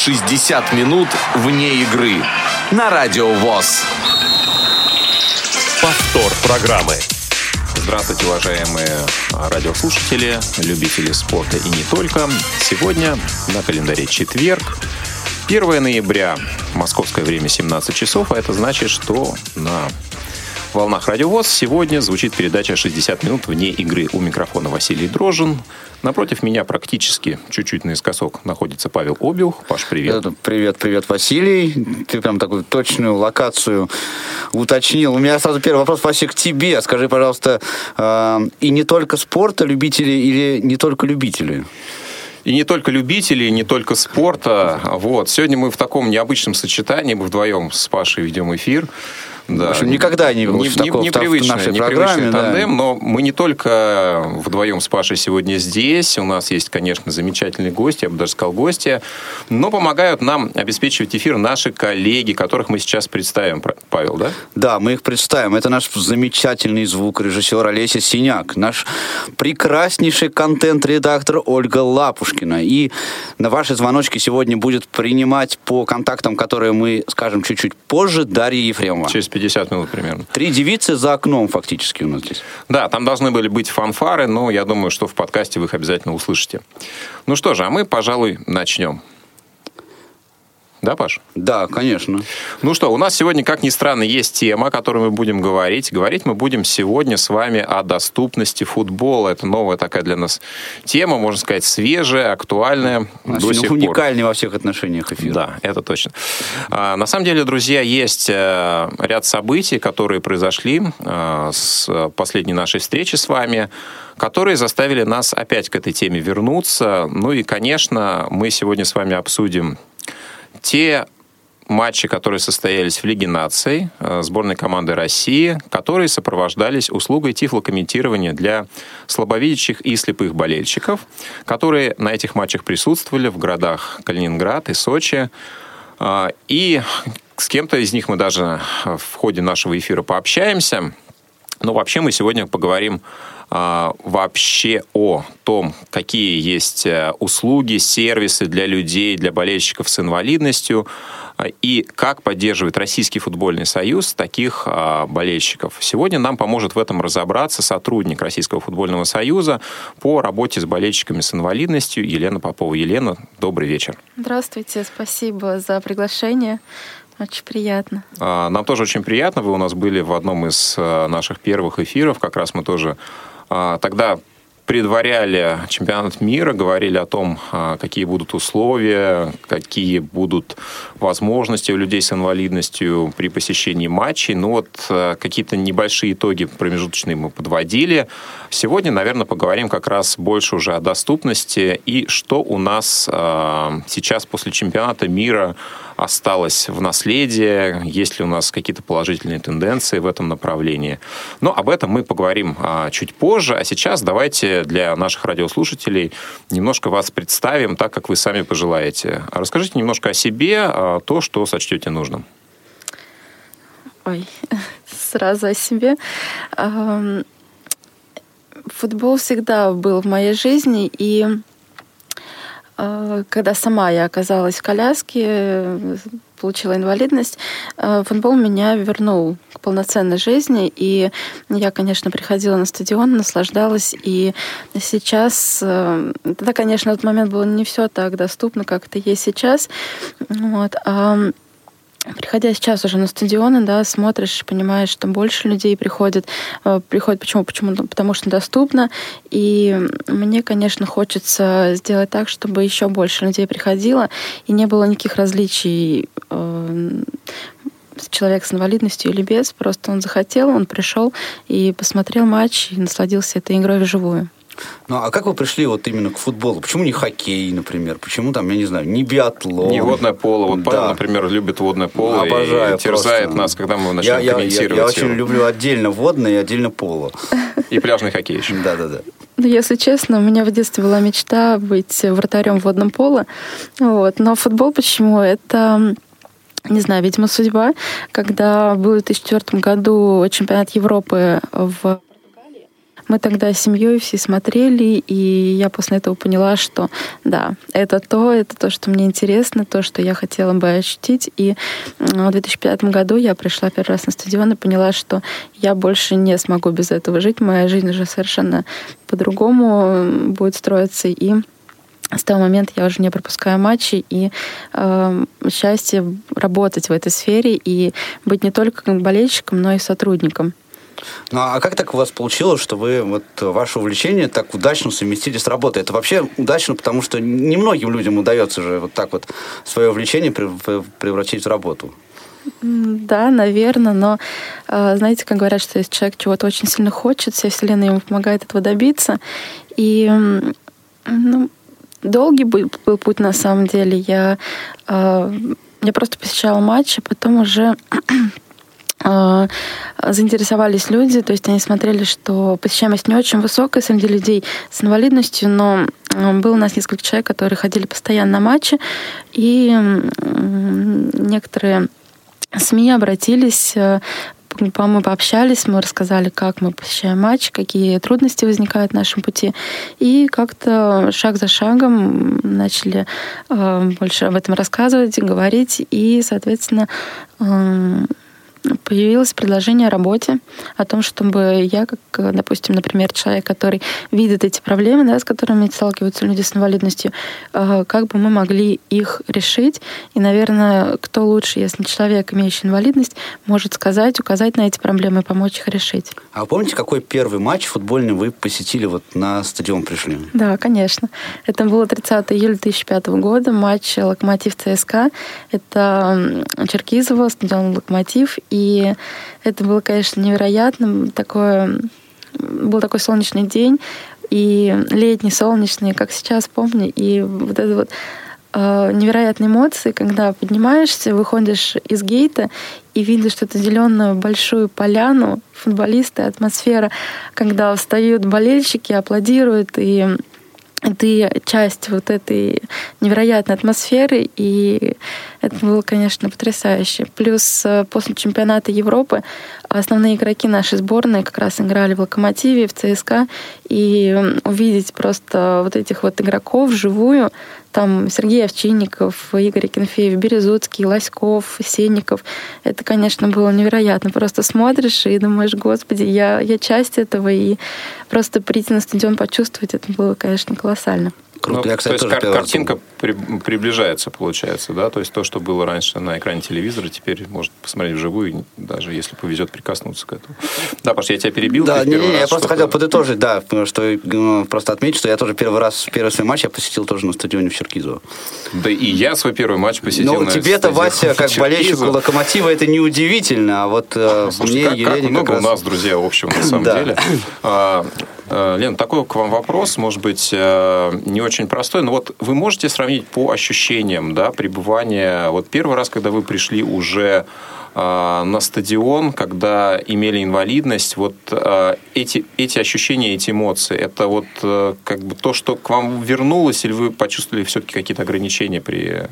60 минут вне игры на Радио ВОС. Повтор программы. Здравствуйте, уважаемые радиослушатели, любители спорта и не только. Сегодня на календаре четверг, 1 ноября, московское время 17 часов, а это значит, что на волнах Радио ВОС сегодня звучит передача «60 минут вне игры». У микрофона Василий Дрожжин. Напротив меня практически чуть-чуть наискосок находится Павел Обиух. Паш, привет. Привет, Василий. Ты прям такую точную локацию уточнил. У меня сразу первый вопрос, Вася, к тебе. Скажи, пожалуйста, и не только спорта любители или не только любители? И не только любители, и не только спорта. Вот. Сегодня мы в таком необычном сочетании. Мы вдвоем с Пашей ведем эфир. Да. В общем, никогда не было непривычный тандем, но мы не только вдвоем с Пашей сегодня здесь. У нас есть, конечно, замечательные гости, я бы даже сказал гости, но помогают нам обеспечивать эфир наши коллеги, которых мы сейчас представим. Павел, да? Да, мы их представим. Это наш замечательный звукорежиссер Олеся Синяк, наш прекраснейший контент-редактор Ольга Лапушкина. И на ваши звоночки сегодня будет принимать по контактам, которые мы скажем чуть-чуть позже, Дарья Ефремова. Через 50 минут примерно. 3 девицы за окном фактически у нас здесь. Да, там должны были быть фанфары, но я думаю, что в подкасте вы их обязательно услышите. Ну что же, а мы, пожалуй, начнем. Да, Паш? Да, конечно. Ну что, у нас сегодня, как ни странно, есть тема, о которой мы будем говорить. Говорить мы будем сегодня с вами о доступности футбола. Это новая такая для нас тема, можно сказать, свежая, актуальная до сих пор. Уникальный во всех отношениях эфир. Да, это точно. На самом деле, друзья, есть ряд событий, которые произошли с последней нашей встречи с вами, которые заставили нас опять к этой теме вернуться. Ну и, конечно, мы сегодня с вами обсудим те матчи, которые состоялись в Лиге наций сборной команды России, которые сопровождались услугой тифлокомментирования для слабовидящих и слепых болельщиков, которые на этих матчах присутствовали в городах Калининград и Сочи. И с кем-то из них мы даже в ходе нашего эфира пообщаемся. Но вообще мы сегодня поговорим вообще о том, какие есть услуги, сервисы для людей, для болельщиков с инвалидностью, и как поддерживает Российский футбольный союз таких болельщиков. Сегодня нам поможет в этом разобраться сотрудник Российского футбольного союза по работе с болельщиками с инвалидностью Елена Попова. Елена, добрый вечер. Здравствуйте, спасибо за приглашение. Очень приятно. Нам тоже очень приятно. Вы у нас были в одном из наших первых эфиров. Как раз мы тоже тогда предваряли чемпионат мира, говорили о том, какие будут условия, какие будут возможности у людей с инвалидностью при посещении матчей. Ну вот какие-то небольшие итоги промежуточные мы подводили. Сегодня, наверное, поговорим как раз больше уже о доступности и что у нас сейчас после чемпионата мира осталось в наследие, есть ли у нас какие-то положительные тенденции в этом направлении. Но об этом мы поговорим чуть позже. А сейчас давайте для наших радиослушателей немножко вас представим так, как вы сами пожелаете. Расскажите немножко о себе, то, что сочтете нужным. Ой, сразу о себе. Футбол всегда был в моей жизни, и когда сама я оказалась в коляске, получила инвалидность, футбол меня вернул к полноценной жизни. И я, конечно, приходила на стадион, наслаждалась. И сейчас... Тогда, конечно, в этот момент было не все так доступно, как это есть сейчас. Вот. Приходя сейчас уже на стадионы, да, смотришь, понимаешь, что больше людей приходит. Почему? Потому что доступно. И мне, конечно, хочется сделать так, чтобы еще больше людей приходило, и не было никаких различий человек с инвалидностью или без. Просто он захотел, он пришел и посмотрел матч, и насладился этой игрой вживую. Ну, а как вы пришли вот именно к футболу? Почему не хоккей, например? Почему там, я не знаю, не биатлон? Не водное поло. Вот Павел, например, любит водное поло. Обожаю, и терзает просто нас, когда мы начнем комментировать. Я очень люблю отдельно водное и отдельно поло. И пляжный хоккей еще. Да. Ну, если честно, у меня в детстве была мечта быть вратарем в водном поло. Вот. Но футбол почему? Это... Не знаю, видимо, судьба. Когда был в 2004 году чемпионат Европы в Португалии, мы тогда с семьей все смотрели, и я после этого поняла, что да, это то, что мне интересно, то, что я хотела бы ощутить. И в 2005 году я пришла первый раз на стадион и поняла, что я больше не смогу без этого жить. Моя жизнь уже совершенно по-другому будет строиться. И с того момента я уже не пропускаю матчи, и счастье работать в этой сфере и быть не только как болельщиком, но и сотрудником. Ну, а как так у вас получилось, что вы ваше увлечение так удачно совместили с работой? Это вообще удачно, потому что немногим людям удается же вот так вот свое увлечение превратить в работу. Да, наверное, но знаете, как говорят, что если человек чего-то очень сильно хочет, вся Вселенная ему помогает этого добиться. И долгий был путь, на самом деле. Я просто посещала матчи, потом уже заинтересовались люди, то есть они смотрели, что посещаемость не очень высокая среди людей с инвалидностью, но было у нас несколько человек, которые ходили постоянно на матчи, и некоторые СМИ обратились, мы пообщались, мы рассказали, как мы посещаем матч, какие трудности возникают на нашем пути. И как-то шаг за шагом начали больше об этом рассказывать, говорить. И, соответственно, появилось предложение о работе, о том, чтобы я, как, допустим, например, человек, который видит эти проблемы, да, с которыми сталкиваются люди с инвалидностью, как бы мы могли их решить. И, наверное, кто лучше, если человек, имеющий инвалидность, может сказать, указать на эти проблемы и помочь их решить. А вы помните, какой первый матч футбольный вы посетили, вот на стадион пришли? Да, конечно. Это было 30 июля 2005 года, матч «Локомотив-ЦСКА». Это Черкизово, стадион «Локомотив». И это было, конечно, невероятно. Был такой солнечный день, и летний, солнечный, как сейчас помню. И вот это вот невероятные эмоции, когда поднимаешься, выходишь из гейта и видишь эту зеленую большую поляну, футболисты, атмосфера, когда встают болельщики, аплодируют, и ты часть вот этой невероятной атмосферы, и это было, конечно, потрясающе. Плюс после чемпионата Европы основные игроки нашей сборной как раз играли в «Локомотиве», в ЦСКА, и увидеть просто вот этих вот игроков вживую, там Сергей Овчинников, Игорь Акинфеев, Березуцкий, Лоськов, Сенников. Это, конечно, было невероятно. Просто смотришь и думаешь, господи, я часть этого, и просто прийти на стадион, почувствовать, это было, конечно, колоссально. Круто. Ну, то есть картинка приближается, получается, да? То есть то, что было раньше на экране телевизора, теперь можно посмотреть вживую, даже если повезет прикоснуться к этому. Да, Паш, я тебя перебил. Да, я просто хотел подытожить, да, что просто отметить, что я тоже первый свой матч я посетил тоже на стадионе в Черкизово. Да и я свой первый матч посетил на стадионе. Тебе-то, Вася, как болельщику «Локомотива», это не удивительно, а вот мне, Елене, много у нас, друзья, общего на самом деле. Лен, такой к вам вопрос, может быть, не очень простой, но вот вы можете сравнить по ощущениям, да, пребывания, вот первый раз, когда вы пришли уже на стадион, когда имели инвалидность, вот эти ощущения, эти эмоции, это вот как бы то, что к вам вернулось, или вы почувствовали все-таки какие-то ограничения при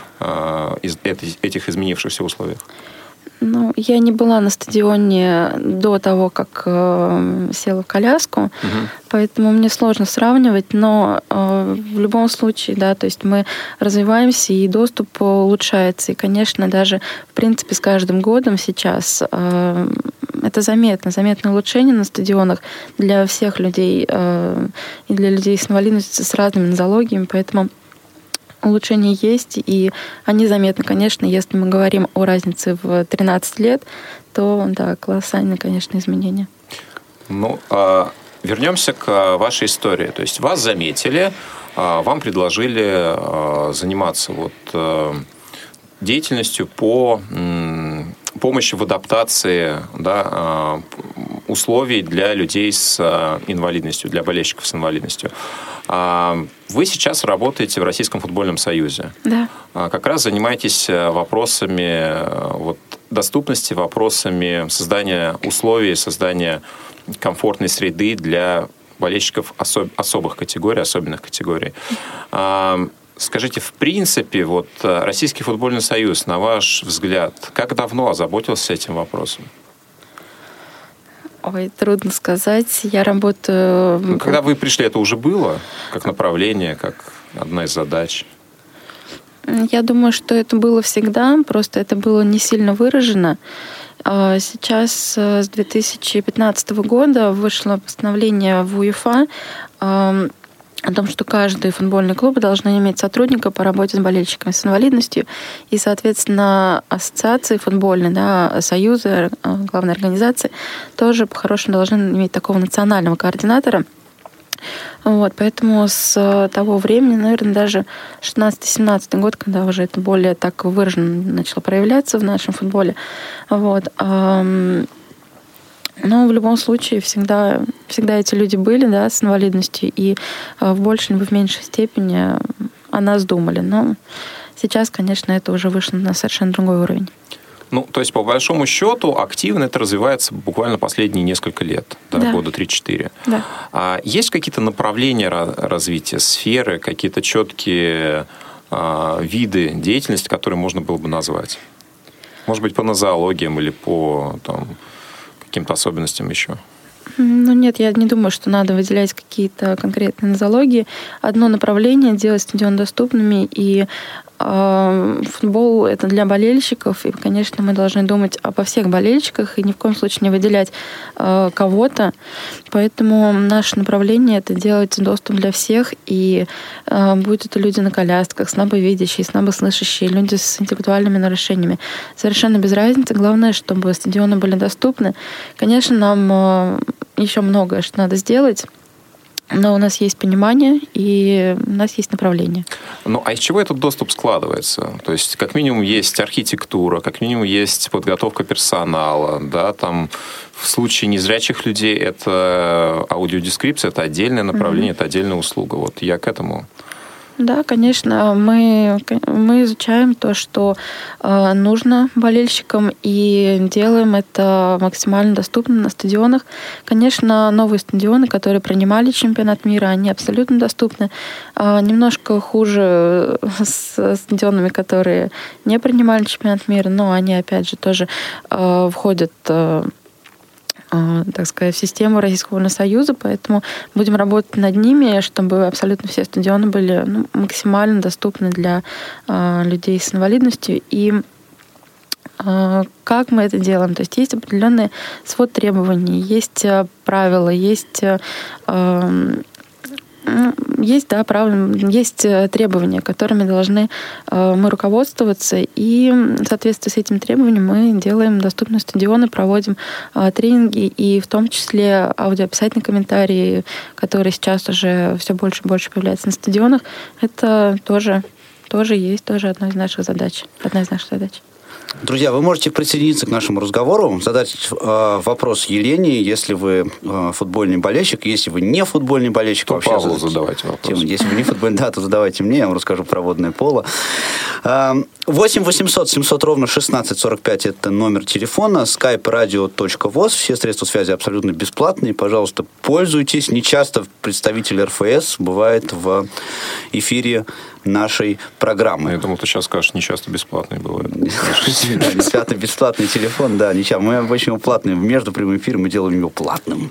этих изменившихся условиях? Ну, я не была на стадионе до того, как села в коляску, поэтому мне сложно сравнивать, но в любом случае, да, то есть мы развиваемся, и доступ улучшается, и, конечно, даже, в принципе, с каждым годом сейчас это заметное улучшение на стадионах для всех людей, и для людей с инвалидностью, с разными нозологиями, поэтому улучшения есть, и они заметны, конечно, если мы говорим о разнице в 13 лет, то, да, колоссальные, конечно, изменения. Ну, вернемся к вашей истории. То есть вас заметили, вам предложили заниматься вот деятельностью по помощи в адаптации, да, условий для людей с инвалидностью, для болельщиков с инвалидностью. Вы сейчас работаете в Российском футбольном союзе. Да. Как раз занимаетесь вопросами вот, доступности, вопросами создания условий, создания комфортной среды для болельщиков особых категорий, особенных категорий. Скажите, в принципе, вот Российский футбольный союз, на ваш взгляд, как давно озаботился этим вопросом? Ой, трудно сказать. Я работаю... Когда вы пришли, это уже было? Как направление, как одна из задач? Я думаю, что это было всегда, просто это было не сильно выражено. Сейчас с 2015 года вышло постановление в УЕФА о том, что каждый футбольный клуб должен иметь сотрудника по работе с болельщиками с инвалидностью. И, соответственно, ассоциации футбольные, да, союзы, главные организации тоже по-хорошему должны иметь такого национального координатора. Вот, поэтому с того времени, наверное, даже 16-17 год, когда уже это более так выраженно начало проявляться в нашем футболе, вот, но в любом случае всегда эти люди были, да, с инвалидностью, и в большей либо в меньшей степени о нас думали. Но сейчас, конечно, это уже вышло на совершенно другой уровень. Ну, то есть, по большому счету, активно это развивается буквально последние несколько лет, да, года 3-4. Да. А есть какие-то направления развития, сферы, какие-то четкие виды деятельности, которые можно было бы назвать? Может быть, по нозологиям или по каким-то особенностям еще? Ну нет, я не думаю, что надо выделять какие-то конкретные нозологии. Одно направление — делать стадион доступными, и футбол — это для болельщиков, и, конечно, мы должны думать обо всех болельщиках и ни в коем случае не выделять кого-то. Поэтому наше направление — это делать доступ для всех, и будь это люди на колясках, слабовидящие, слабослышащие, люди с интеллектуальными нарушениями. Совершенно без разницы. Главное, чтобы стадионы были доступны. Конечно, нам еще многое что надо сделать, но у нас есть понимание, и у нас есть направление. Ну, а из чего этот доступ складывается? То есть, как минимум, есть архитектура, как минимум, есть подготовка персонала, да, там, в случае незрячих людей это аудиодескрипция, это отдельное направление, это отдельная услуга. Вот я к этому... Да, конечно, мы изучаем то, что нужно болельщикам, и делаем это максимально доступно на стадионах. Конечно, новые стадионы, которые принимали чемпионат мира, они абсолютно доступны. Немножко хуже с стадионами, которые не принимали чемпионат мира, но они, опять же, тоже входят, так сказать, в систему Российского футбольного союза, поэтому будем работать над ними, чтобы абсолютно все стадионы были максимально доступны для людей с инвалидностью. И как мы это делаем? То есть есть определенный свод требований, есть правила, есть правила, есть требования, которыми должны мы руководствоваться, и в соответствии с этим требованием мы делаем доступные стадионы, проводим тренинги, и в том числе аудиописательные комментарии, которые сейчас уже все больше и больше появляются на стадионах. Это тоже есть одна из наших задач. Друзья, вы можете присоединиться к нашему разговору, задать вопрос Елене, если вы футбольный болельщик. Если вы не футбольный болельщик, то Павлу задавайте вопрос. Если вы не футбольный, да, то задавайте мне, я вам расскажу про водное поло. 8 800 700 ровно 1645 это номер телефона, skype radio.voz. Все средства связи абсолютно бесплатные. Пожалуйста, пользуйтесь. Не часто представитель РФС бывает в эфире нашей программы. Я думал, ты сейчас скажешь, не часто бесплатные бывают. Да, бесплатный телефон, да, ничего. Мы обычно его платный. Между прямым эфиром мы делаем его платным.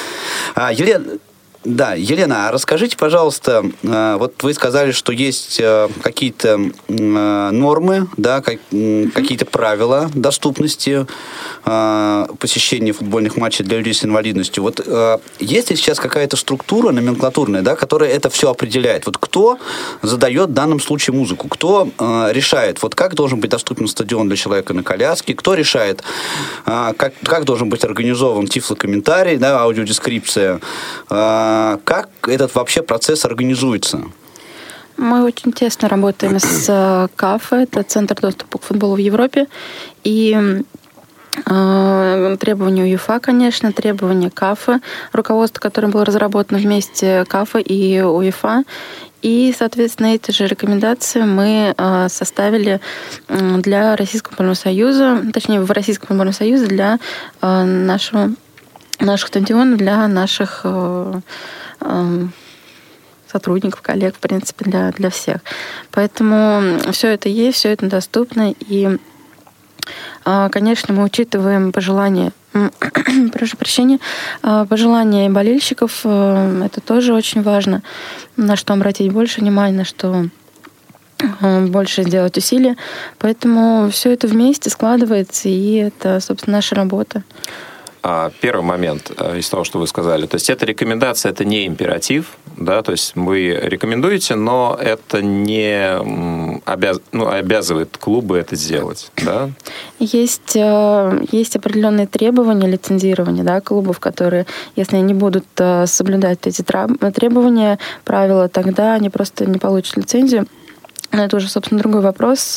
Елена, а расскажите, пожалуйста, вот вы сказали, что есть какие-то нормы, да, какие-то правила доступности посещения футбольных матчей для людей с инвалидностью. Вот есть ли сейчас какая-то структура номенклатурная, да, которая это все определяет? Вот кто задает в данном случае музыку? Кто решает, вот как должен быть доступен стадион для человека на коляске? Кто решает, как должен быть организован тифлокомментарий, да, аудиодескрипция? Как этот вообще процесс организуется? Мы очень тесно работаем с КАФ, это Центр доступа к футболу в Европе, и требования УЕФА, конечно, требования КАФа, руководство, которое было разработано вместе КАФа и УЕФА. И, соответственно, эти же рекомендации мы составили для Российского футбольного союза, точнее, в Российском футбольном союзе для наших стадионов, для наших сотрудников, коллег, в принципе, для всех. Поэтому все это есть, все это доступно, и Конечно, мы учитываем пожелания, прошу прощения, пожелания болельщиков. Это тоже очень важно, на что обратить больше внимания, на что больше сделать усилия. Поэтому все это вместе складывается, и это, собственно, наша работа. Первый момент из того, что вы сказали. То есть это рекомендация, это не императив, да, то есть вы рекомендуете, но это не обязывает клубы это сделать, да? Есть определенные требования лицензирования, да, клубов, которые, если они будут соблюдать эти требования, правила, тогда они просто не получат лицензию. Это уже, собственно, другой вопрос.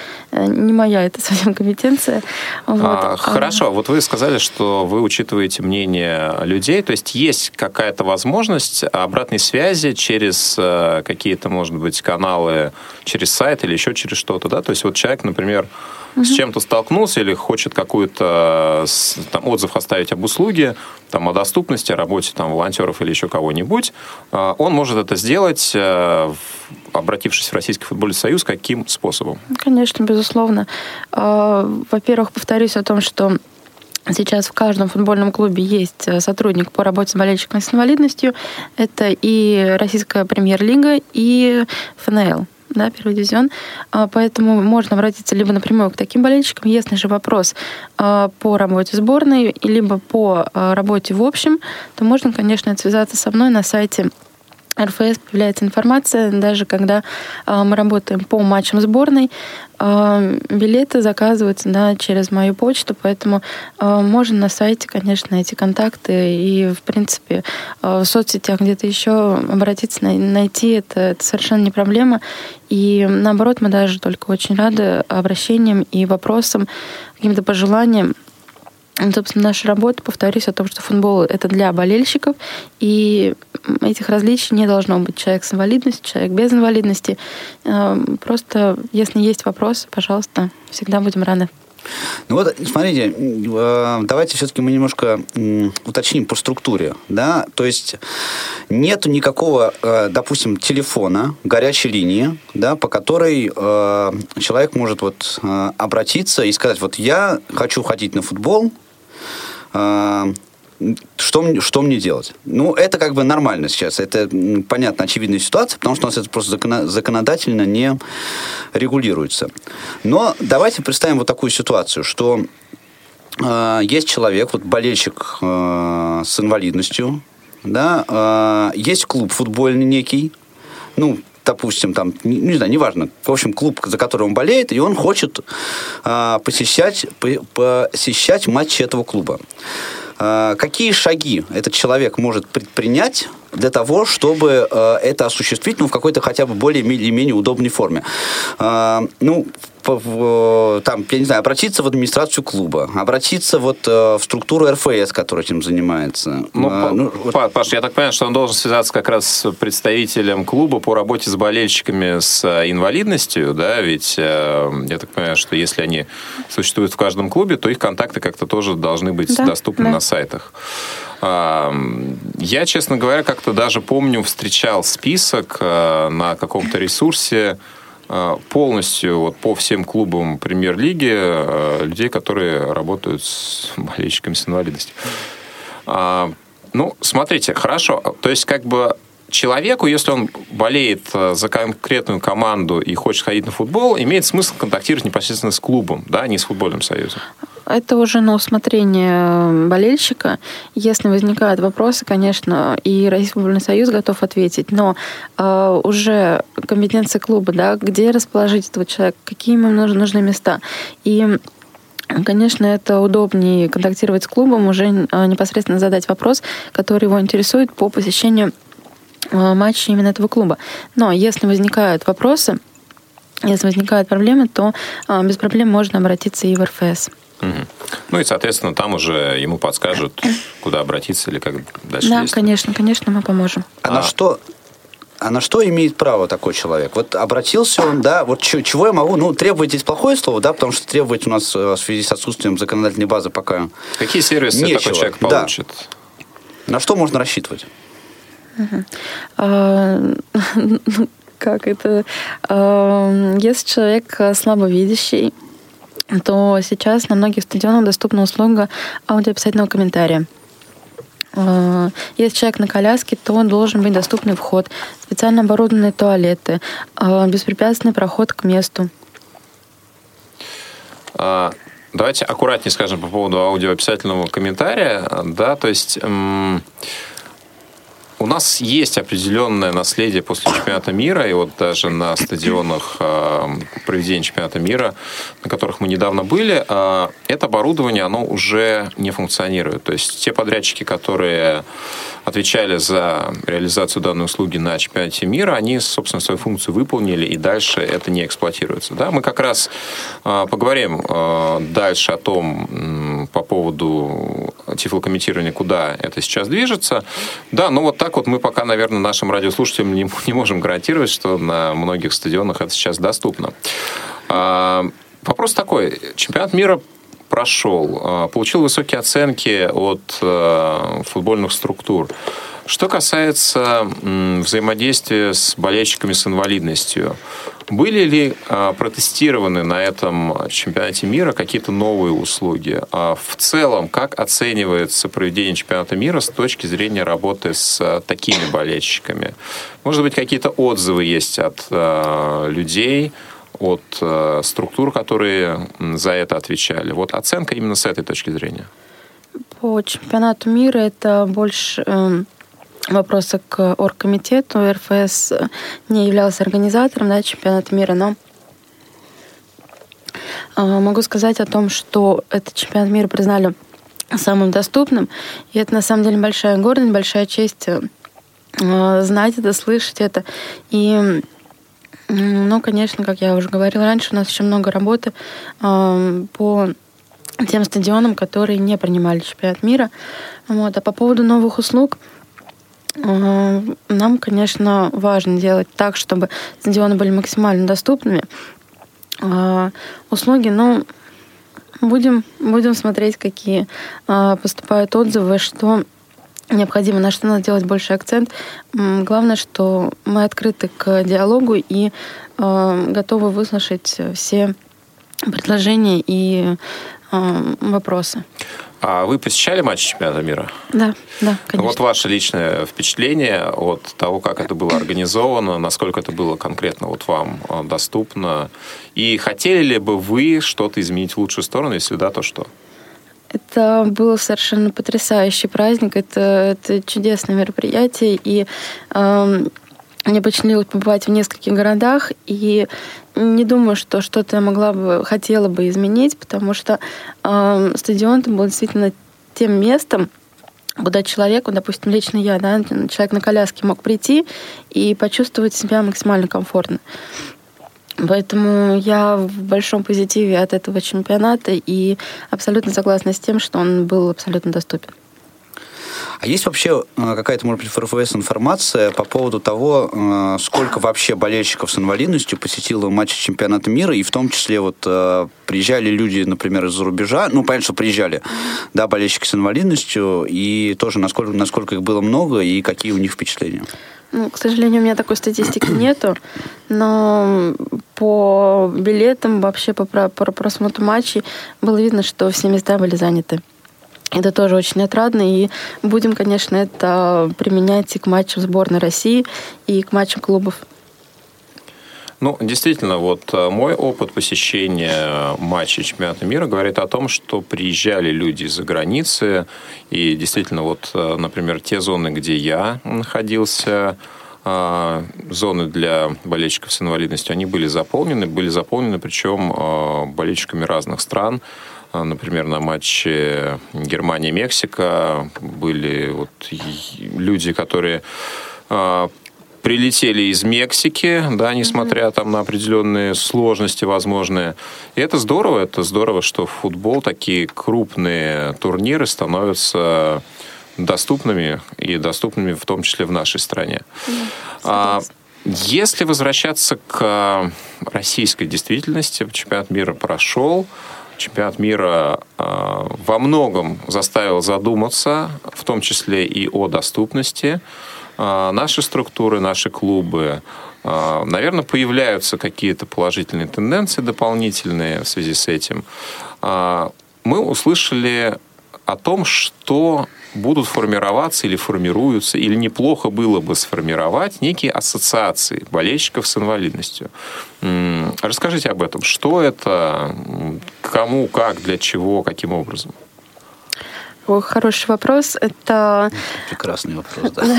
Не моя это совсем компетенция. Вот. Хорошо. Вот вы сказали, что вы учитываете мнение людей. То есть есть какая-то возможность обратной связи через какие-то, может быть, каналы, через сайт или еще через что-то, да? То есть вот человек, например, с чем-то столкнулся или хочет какой-то там, отзыв оставить об услуге, там, о доступности, о работе там, волонтеров или еще кого-нибудь, он может это сделать, обратившись в Российский футбольный союз, каким способом? Конечно, безусловно. Во-первых, повторюсь о том, что сейчас в каждом футбольном клубе есть сотрудник по работе с болельщиками с инвалидностью. Это и Российская премьер-лига, и ФНЛ. Да, первый дивизион. Поэтому можно обратиться либо напрямую к таким болельщикам. Если же вопрос по работе сборной, либо по работе в общем, то можно, конечно, связаться со мной на сайте РФС. Появляется информация, даже когда мы работаем по матчам сборной, билеты заказываются, да, через мою почту, поэтому можно на сайте, конечно, найти контакты и, в принципе, в соцсетях где-то еще обратиться, найти это совершенно не проблема. И наоборот, мы даже только очень рады обращениям и вопросам, каким-то пожеланиям. Собственно, наша работа, повторюсь, о том, что футбол — это для болельщиков, и этих различий не должно быть. Человек с инвалидностью, человек без инвалидности. Просто, если есть вопросы, пожалуйста, всегда будем рады. Ну вот, смотрите, давайте все-таки мы немножко уточним по структуре, да, то есть нету никакого, допустим, телефона, горячей линии, да, по которой человек может вот обратиться и сказать, вот я хочу ходить на футбол, что мне делать? Ну, это как бы нормально сейчас. Это, понятно, очевидная ситуация, потому что у нас это просто законодательно не регулируется. Но давайте представим вот такую ситуацию, что есть человек, вот болельщик с инвалидностью, да, есть клуб футбольный некий, ну, допустим, там, не знаю, неважно, в общем, клуб, за который он болеет, и он хочет посещать матчи этого клуба. Какие шаги этот человек может предпринять для того, чтобы это осуществить, ну, в какой-то хотя бы более или менее удобной форме? Ну, там, я не знаю, обратиться в администрацию клуба, обратиться вот в структуру РФС, которая этим занимается. Паш, я так понимаю, что он должен связаться как раз с представителем клуба по работе с болельщиками с инвалидностью, да, ведь я так понимаю, что если они существуют в каждом клубе, то их контакты как-то тоже должны быть доступны на сайтах. Я, честно говоря, как-то даже помню, встречал список на каком-то ресурсе полностью вот, по всем клубам премьер-лиги людей, которые работают с болельщиками с инвалидностью. Ну, смотрите, хорошо. То есть, как бы человеку, если он болеет за конкретную команду и хочет ходить на футбол, имеет смысл контактировать непосредственно с клубом, да, не с футбольным союзом. Это уже на усмотрение болельщика. Если возникают вопросы, конечно, и Российский футбольный союз готов ответить, но уже компетенция клуба, да, где расположить этого человека, какие ему нужны места. И, конечно, это удобнее контактировать с клубом, уже непосредственно задать вопрос, который его интересует по посещению матчей именно этого клуба. Но если возникают вопросы, если возникают проблемы, то без проблем можно обратиться и в РФС. Угу. Ну и, соответственно, там уже ему подскажут, куда обратиться или как дальше действовать. Да, конечно, мы поможем. А на что имеет право такой человек? Вот обратился он, да, вот чего я могу, ну, требовать здесь плохое слово, да, потому что требовать у нас в связи с отсутствием законодательной базы пока какие сервисы нечего. Такой человек получит? Да. На что можно рассчитывать? Как это? Если человек слабовидящий, то сейчас на многих стадионах доступна услуга аудиописательного комментария. Если человек на коляске, то должен быть доступный вход, специально оборудованные туалеты, беспрепятственный проход к месту. Давайте аккуратнее скажем по поводу аудиописательного комментария. Да, то есть у нас есть определенное наследие после чемпионата мира, и вот даже на стадионах проведения чемпионата мира, на которых мы недавно были, это оборудование, оно уже не функционирует. То есть те подрядчики, которые отвечали за реализацию данной услуги на чемпионате мира, они, собственно, свою функцию выполнили, и дальше это не эксплуатируется. Да? Мы как раз поговорим дальше о том, по поводу тифлокомментирования, куда это сейчас движется. Да, ну вот так вот мы пока, наверное, нашим радиослушателям не можем гарантировать, что на многих стадионах это сейчас доступно. Вопрос такой. Чемпионат мира прошел, получил высокие оценки от футбольных структур. Что касается взаимодействия с болельщиками с инвалидностью, были ли протестированы на этом чемпионате мира какие-то новые услуги? В целом, как оценивается проведение чемпионата мира с точки зрения работы с такими болельщиками? Может быть, какие-то отзывы есть от людей, от структур, которые за это отвечали? Вот оценка именно с этой точки зрения. По чемпионату мира это больше вопросы к оргкомитету. РФС не являлся организатором чемпионата мира, но могу сказать о том, что этот чемпионат мира признали самым доступным. И это на самом деле большая гордость, большая честь знать это, слышать это. И конечно, как я уже говорила раньше, у нас еще много работы по тем стадионам, которые не принимали чемпионат мира. Вот. А по поводу новых услуг, нам, конечно, важно делать так, чтобы стадионы были максимально доступными. Услуги, будем смотреть, какие поступают отзывы, что необходимо, на что надо делать больше акцент. Главное, что мы открыты к диалогу и готовы выслушать все предложения и вопросы. А вы посещали матч чемпионата мира? Да, конечно. Вот ваше личное впечатление от того, как это было организовано, насколько это было конкретно вот вам доступно, и хотели ли бы вы что-то изменить в лучшую сторону, если да, то что? Это был совершенно потрясающий праздник, это чудесное мероприятие, и мне посчастливилось побывать в нескольких городах, и не думаю, что что-то я хотела бы изменить, потому что стадион был действительно тем местом, куда человеку, допустим, лично я, человек на коляске мог прийти и почувствовать себя максимально комфортно. Поэтому я в большом позитиве от этого чемпионата и абсолютно согласна с тем, что он был абсолютно доступен. А есть вообще какая-то, может быть, в РФС информация по поводу того, сколько вообще болельщиков с инвалидностью посетило матчи чемпионата мира, и в том числе приезжали люди, например, из-за рубежа, понятно, что приезжали, болельщики с инвалидностью, и тоже насколько их было много, и какие у них впечатления? К сожалению, у меня такой статистики нету, но по билетам, вообще по просмотру матчей было видно, что все места были заняты. Это тоже очень отрадно, и будем, конечно, это применять и к матчам сборной России, и к матчам клубов. Действительно, мой опыт посещения матчей чемпионата мира говорит о том, что приезжали люди из-за границы, и действительно, например, те зоны, где я находился, зоны для болельщиков с инвалидностью, они были заполнены причем болельщиками разных стран. Например, на матче Германия-Мексика были люди, которые прилетели из Мексики, несмотря на определенные сложности возможные. И это здорово, что в футбол такие крупные турниры становятся доступными, и доступными в том числе в нашей стране. Если возвращаться к российской действительности, чемпионат мира прошел. Чемпионат мира во многом заставил задуматься, в том числе и о доступности. Наши структуры, наши клубы Наверное, появляются какие-то положительные тенденции дополнительные в связи с этим. Мы услышали о том, что будут формироваться или формируются, или неплохо было бы сформировать некие ассоциации болельщиков с инвалидностью. Расскажите об этом. Что это? Кому, как, для чего, каким образом? Хороший вопрос. Это... Прекрасный вопрос, да.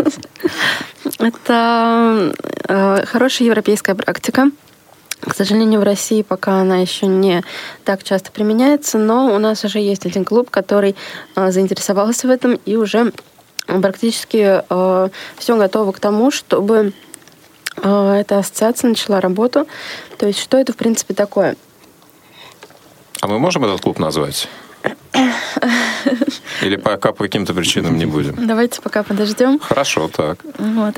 Это хорошая европейская практика. К сожалению, в России пока она еще не так часто применяется, но у нас уже есть один клуб, который заинтересовался в этом, и уже практически все готово к тому, чтобы эта ассоциация начала работу. То есть, что это, в принципе, такое? А мы можем этот клуб назвать? Или пока по каким-то причинам не будем? Давайте пока подождем. Хорошо, так. Вот.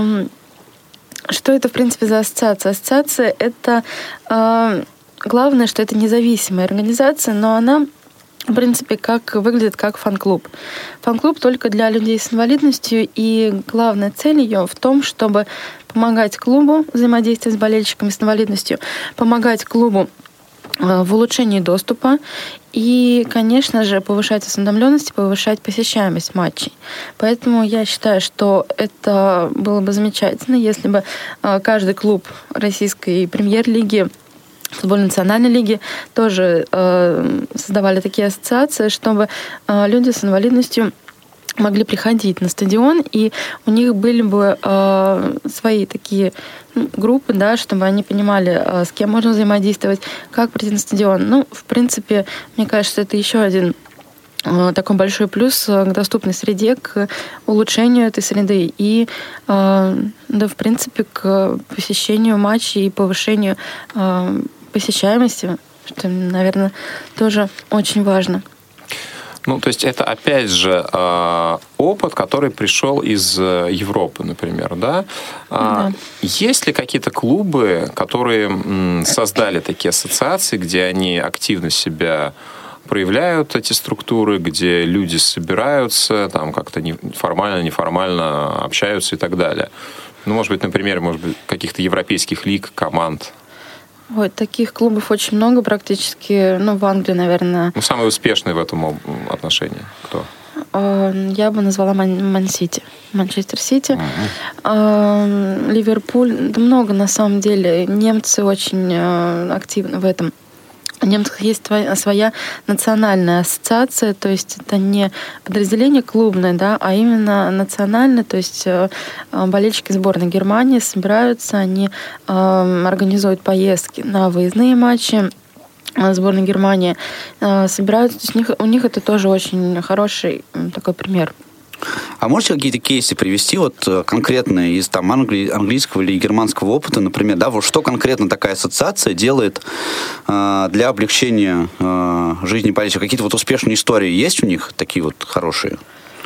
Что это, в принципе, за ассоциация? Ассоциация — это... главное, что это независимая организация, но она, в принципе, выглядит как фан-клуб. Фан-клуб только для людей с инвалидностью, и главная цель ее в том, чтобы помогать клубу взаимодействовать с болельщиками с инвалидностью, помогать клубу в улучшении доступа и, конечно же, повышать осведомленность и повышать посещаемость матчей. Поэтому я считаю, что это было бы замечательно, если бы каждый клуб российской премьер-лиги, футбольной национальной лиги тоже создавали такие ассоциации, чтобы люди с инвалидностью могли приходить на стадион, и у них были бы свои такие группы, да, чтобы они понимали, с кем можно взаимодействовать, как прийти на стадион. В принципе, мне кажется, это еще один такой большой плюс к доступной среде, к улучшению этой среды и, да, в принципе, к посещению матчей и повышению посещаемости, что, наверное, тоже очень важно. То есть это, опять же, опыт, который пришел из Европы, например, да? Да. Есть ли какие-то клубы, которые создали такие ассоциации, где они активно себя проявляют, эти структуры, где люди собираются, там как-то формально, неформально общаются и так далее? Может быть, например, каких-то европейских лиг, команд? Ой, таких клубов очень много практически. В Англии, наверное... Самый успешный в этом отношении кто? Я бы назвала Ман-Сити. Манчестер Сити. Ливерпуль. Да много, на самом деле. Немцы очень активны в этом. В немцах есть своя национальная ассоциация, то есть это не подразделение клубное, да, а именно национальное, то есть болельщики сборной Германии собираются, они организуют поездки на выездные матчи сборной Германии, собираются, то есть у них это тоже очень хороший такой пример. А можете какие-то кейсы привести конкретно из английского или германского опыта, например, да, что конкретно такая ассоциация делает для облегчения жизни болельщиков? Какие-то успешные истории есть у них, такие хорошие?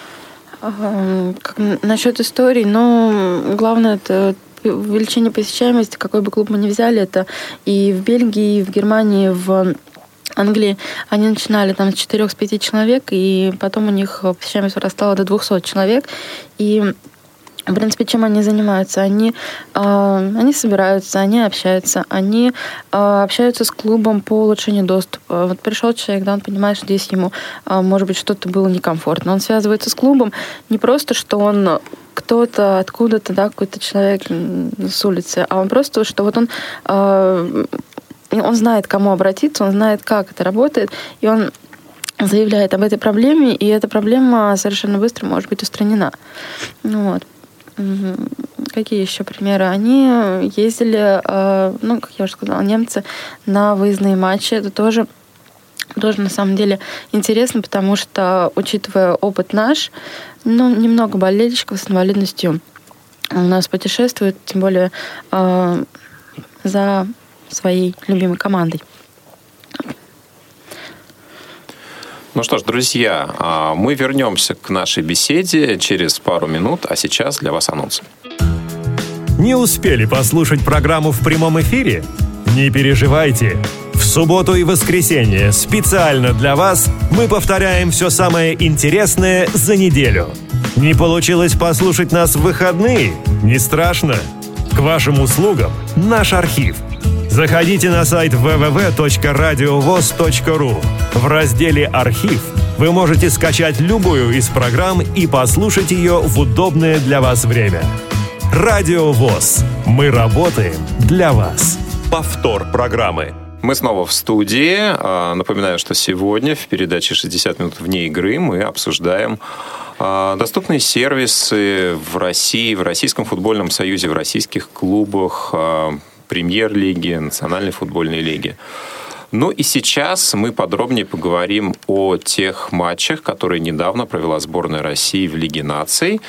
Насчет историй, главное это увеличение посещаемости, какой бы клуб мы ни взяли, это и в Бельгии, и в Германии, в Англии. Они начинали там с 4-5 человек, и потом у них посещаемость вырастала до 200 человек. И, в принципе, чем они занимаются? Они собираются, они общаются с клубом по улучшению доступа. Пришел человек, да, он понимает, что здесь ему, может быть, что-то было некомфортно. Он связывается с клубом не просто, что он кто-то откуда-то, да, какой-то человек с улицы, а он просто, что он знает, к кому обратиться, он знает, как это работает, и он заявляет об этой проблеме, и эта проблема совершенно быстро может быть устранена. Какие еще примеры? Они ездили, как я уже сказала, немцы на выездные матчи. Это тоже на самом деле интересно, потому что, учитывая опыт наш, немного болельщиков с инвалидностью у нас путешествуют, тем более за своей любимой командой. Что ж, друзья, мы вернемся к нашей беседе через пару минут, а сейчас для вас анонс. Не успели послушать программу в прямом эфире? Не переживайте. В субботу и воскресенье специально для вас мы повторяем все самое интересное за неделю. Не получилось послушать нас в выходные? Не страшно. К вашим услугам наш архив. Заходите на сайт www.radiovoz.ru. В разделе «Архив» вы можете скачать любую из программ и послушать ее в удобное для вас время. Радио ВОС. Мы работаем для вас. Повтор программы. Мы снова в студии. Напоминаю, что сегодня в передаче «60 минут вне игры» мы обсуждаем доступные сервисы в России, в Российском футбольном союзе, в российских клубах, премьер-лиги, национальной футбольной лиги. Ну и сейчас мы подробнее поговорим о тех матчах, которые недавно провела сборная России в Лиге наций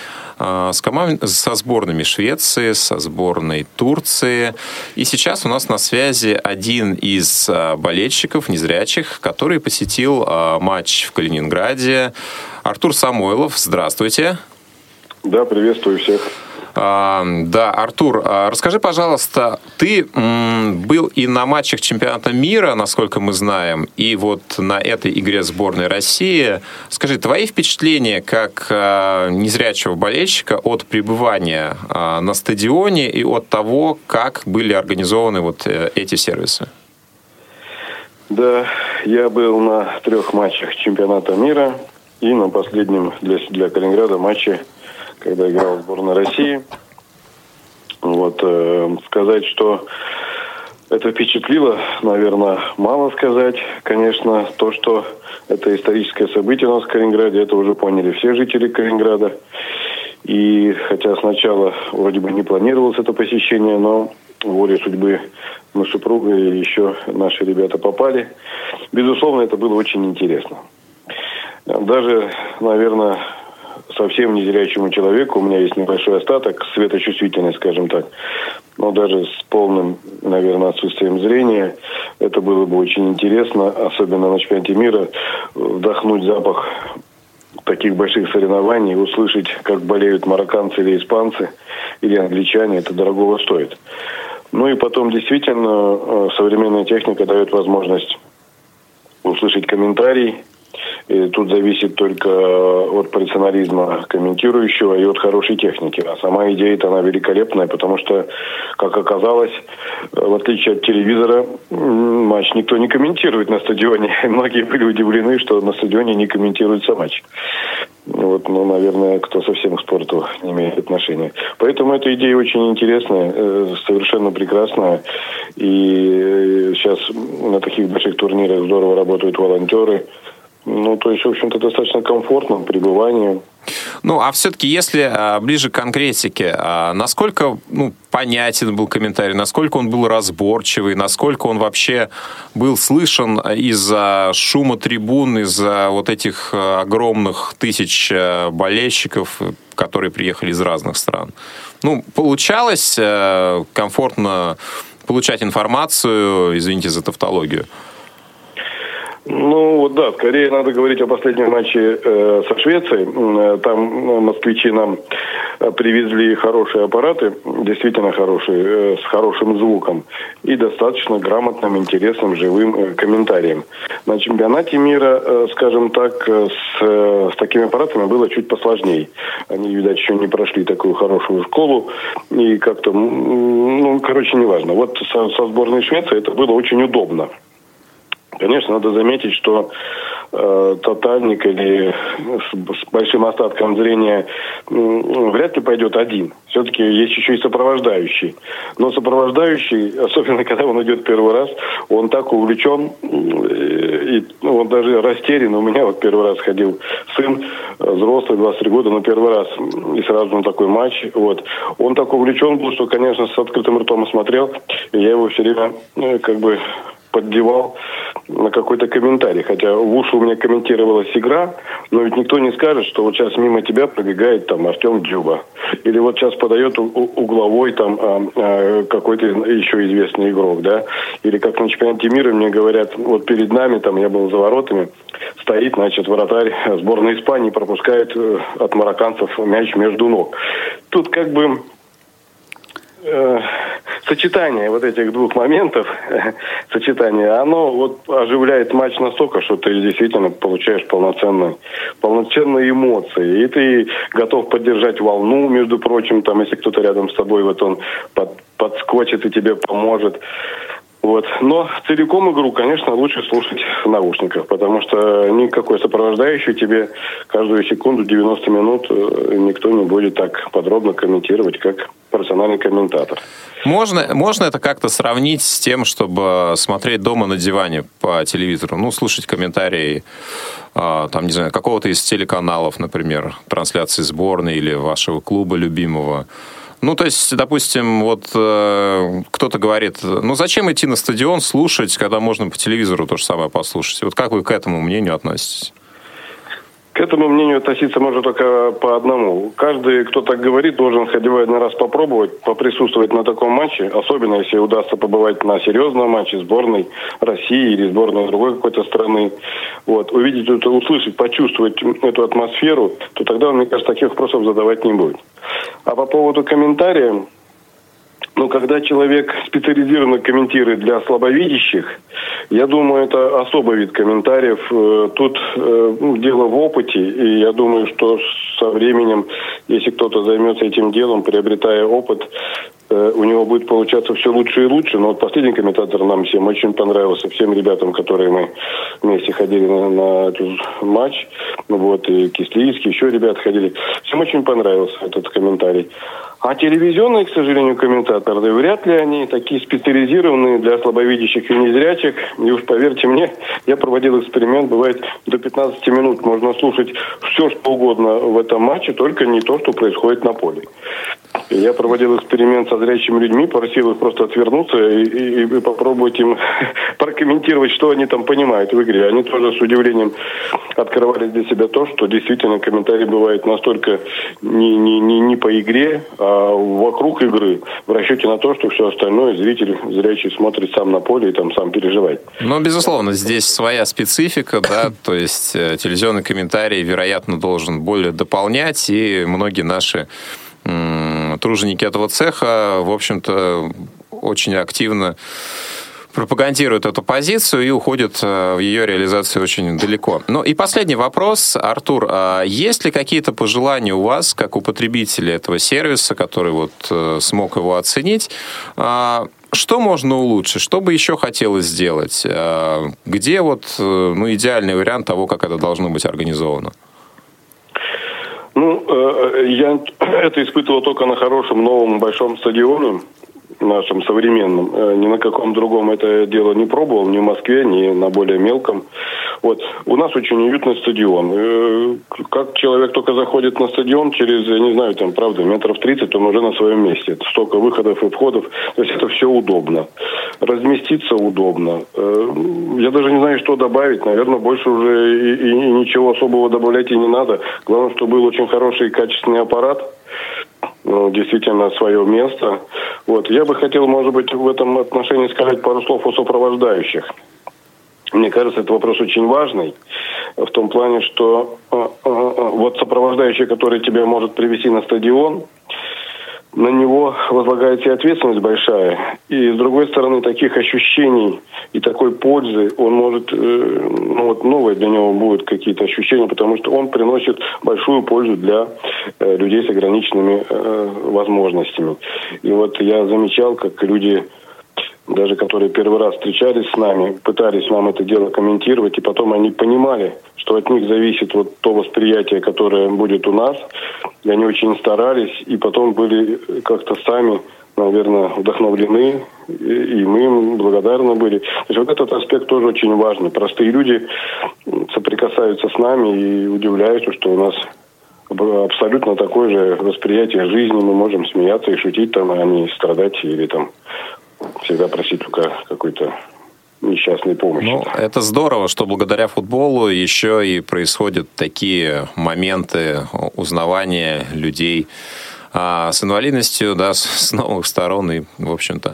со сборными Швеции, со сборной Турции. И сейчас у нас на связи один из болельщиков незрячих, который посетил матч в Калининграде. Артур Самойлов, здравствуйте. Да, приветствую всех. Да, Артур, расскажи, пожалуйста, ты был и на матчах чемпионата мира, насколько мы знаем, и вот на этой игре сборной России. Скажи, твои впечатления как незрячего болельщика от пребывания на стадионе и от того, как были организованы вот эти сервисы? Да, я был на 3 матчах чемпионата мира и на последнем для Калининграда матче, когда играла сборная России. Вот, сказать, что это впечатлило, наверное, мало сказать. Конечно, то, что это историческое событие у нас в Калининграде, это уже поняли все жители Калининграда. И хотя сначала вроде бы не планировалось это посещение, но волей судьбы мы с супругой и еще наши ребята попали. Безусловно, это было очень интересно. Даже, наверное, совсем незрячему человеку, у меня есть небольшой остаток, светочувствительность, скажем так, но даже с полным, наверное, отсутствием зрения, это было бы очень интересно, особенно на чемпионате мира, вдохнуть запах таких больших соревнований, услышать, как болеют марокканцы или испанцы, или англичане, это дорогого стоит. Ну и потом, действительно, современная техника дает возможность услышать комментарий. И тут зависит только от профессионализма комментирующего и от хорошей техники. А сама идея-то она великолепная, потому что, как оказалось, в отличие от телевизора, матч никто не комментирует на стадионе. Многие были удивлены, что на стадионе не комментируется матч. Вот, ну, наверное, кто совсем к спорту не имеет отношения. Поэтому эта идея очень интересная, совершенно прекрасная. И сейчас на таких больших турнирах здорово работают волонтеры. Ну, то есть, в общем-то, достаточно комфортно пребывание. Ну, а все-таки, если ближе к конкретике, насколько понятен был комментарий, насколько он был разборчивый, насколько он вообще был слышен из-за шума трибун, из-за вот этих огромных тысяч болельщиков, которые приехали из разных стран? Ну, получалось комфортно получать информацию, извините за тавтологию? Ну, вот да, скорее надо говорить о последнем матче со Швецией. Там москвичи нам привезли хорошие аппараты, действительно хорошие, с хорошим звуком и достаточно грамотным, интересным, живым комментарием. На чемпионате мира, скажем так, с такими аппаратами было чуть посложнее. Они, видать, еще не прошли такую хорошую школу и как-то, неважно. Вот со сборной Швеции это было очень удобно. Конечно, надо заметить, что тотальник или с большим остатком зрения вряд ли пойдет один. Все-таки есть еще и сопровождающий. Но сопровождающий, особенно когда он идет первый раз, он так увлечен, и он даже растерян. У меня вот первый раз ходил сын, взрослый, 23 года, но первый раз, и сразу на такой матч. Вот. Он так увлечен был, что, конечно, с открытым ртом смотрел, и я его все время поддевал на какой-то комментарий. Хотя в уши у меня комментировалась игра, но ведь никто не скажет, что вот сейчас мимо тебя пробегает там Артем Дзюба. Или вот сейчас подает угловой там какой-то еще известный игрок, да. Или как на чемпионате мира мне говорят, вот перед нами, там я был за воротами, стоит, значит, вратарь сборной Испании, пропускает от марокканцев мяч между ног. Тут сочетание вот этих двух моментов, оно вот оживляет матч настолько, что ты действительно получаешь полноценные эмоции. И ты готов поддержать волну, между прочим, там, если кто-то рядом с тобой, вот он подскочит и тебе поможет. Вот. Но целиком игру, конечно, лучше слушать в наушниках, потому что никакой сопровождающий тебе каждую секунду, 90 минут никто не будет так подробно комментировать, как профессиональный комментатор. Можно это как-то сравнить с тем, чтобы смотреть дома на диване по телевизору, ну, слушать комментарии, там, не знаю, какого-то из телеканалов, например, трансляции сборной или вашего клуба любимого. Ну, то есть, допустим, вот кто-то говорит, ну, зачем идти на стадион слушать, когда можно по телевизору то же самое послушать? Вот как вы к этому мнению относитесь? К этому мнению относиться можно только по одному. Каждый, кто так говорит, должен хотя бы один раз попробовать, поприсутствовать на таком матче, особенно если удастся побывать на серьезном матче сборной России или сборной другой какой-то страны. Вот. Увидеть это, услышать, почувствовать эту атмосферу, то тогда, мне кажется, таких вопросов задавать не будет. А по поводу комментариев, ну, когда человек специализированно комментирует для слабовидящих, я думаю, это особый вид комментариев. Тут дело в опыте, и я думаю, что со временем, если кто-то займется этим делом, приобретая опыт, у него будет получаться все лучше и лучше. Но вот последний комментатор нам всем очень понравился, всем ребятам, которые мы вместе ходили на этот матч, вот, и Кислицкий, еще ребят ходили. Всем очень понравился этот комментарий. А телевизионные, к сожалению, комментаторы, вряд ли они такие специализированные для слабовидящих и незрячих. И уж поверьте мне, я проводил эксперимент, бывает до 15 минут можно слушать все, что угодно в этом матче, только не то, что происходит на поле. Я проводил эксперимент со зрячими людьми, просил их просто отвернуться и попробовать им прокомментировать, что они там понимают в игре. Они тоже с удивлением открывали для себя то, что действительно комментарий бывает настолько не по игре, а вокруг игры, в расчете на то, что все остальное зритель зрячий смотрит сам на поле и там сам переживает. Ну, безусловно, здесь своя специфика, да, то есть телевизионный комментарий, вероятно, должен более дополнять, и многие наши труженики этого цеха, в общем-то, очень активно пропагандируют эту позицию и уходят в ее реализацию очень далеко. Ну и последний вопрос, Артур. Есть ли какие-то пожелания у вас, как у потребителя этого сервиса, который вот смог его оценить? Что можно улучшить? Что бы еще хотелось сделать? Где вот идеальный вариант того, как это должно быть организовано? Ну, я это испытывал только на хорошем новом большом стадионе, нашем современном. Ни на каком другом это дело не пробовал, ни в Москве, ни на более мелком. Вот. У нас очень уютный стадион. Как человек только заходит на стадион, через, я не знаю, там, правда, метров 30, он уже на своем месте. Это столько выходов и входов. То есть это все удобно. Разместиться удобно. Я даже не знаю, что добавить. Наверное, больше уже и ничего особого добавлять и не надо. Главное, чтобы был очень хороший и качественный аппарат. Действительно свое место. Вот. Я бы хотел, может быть, в этом отношении сказать пару слов о сопровождающих. Мне кажется, это вопрос очень важный, в том плане, что вот сопровождающий, который тебя может привести на стадион, на него возлагается и ответственность большая. И, с другой стороны, таких ощущений и такой пользы он может, новые для него будут какие-то ощущения, потому что он приносит большую пользу для людей с ограниченными возможностями. И вот я замечал, как люди, даже которые первый раз встречались с нами, пытались нам это дело комментировать, и потом они понимали, что от них зависит вот то восприятие, которое будет у нас, и они очень старались, и потом были как-то сами, наверное, вдохновлены, и мы им благодарны были. То есть вот этот аспект тоже очень важный. Простые люди соприкасаются с нами и удивляются, что у нас абсолютно такое же восприятие жизни, мы можем смеяться и шутить, там, а не страдать или там всегда просить только какой-то несчастной помощи. Ну, это здорово, что благодаря футболу еще и происходят такие моменты узнавания людей с инвалидностью, да, с новых сторон, и, в общем-то,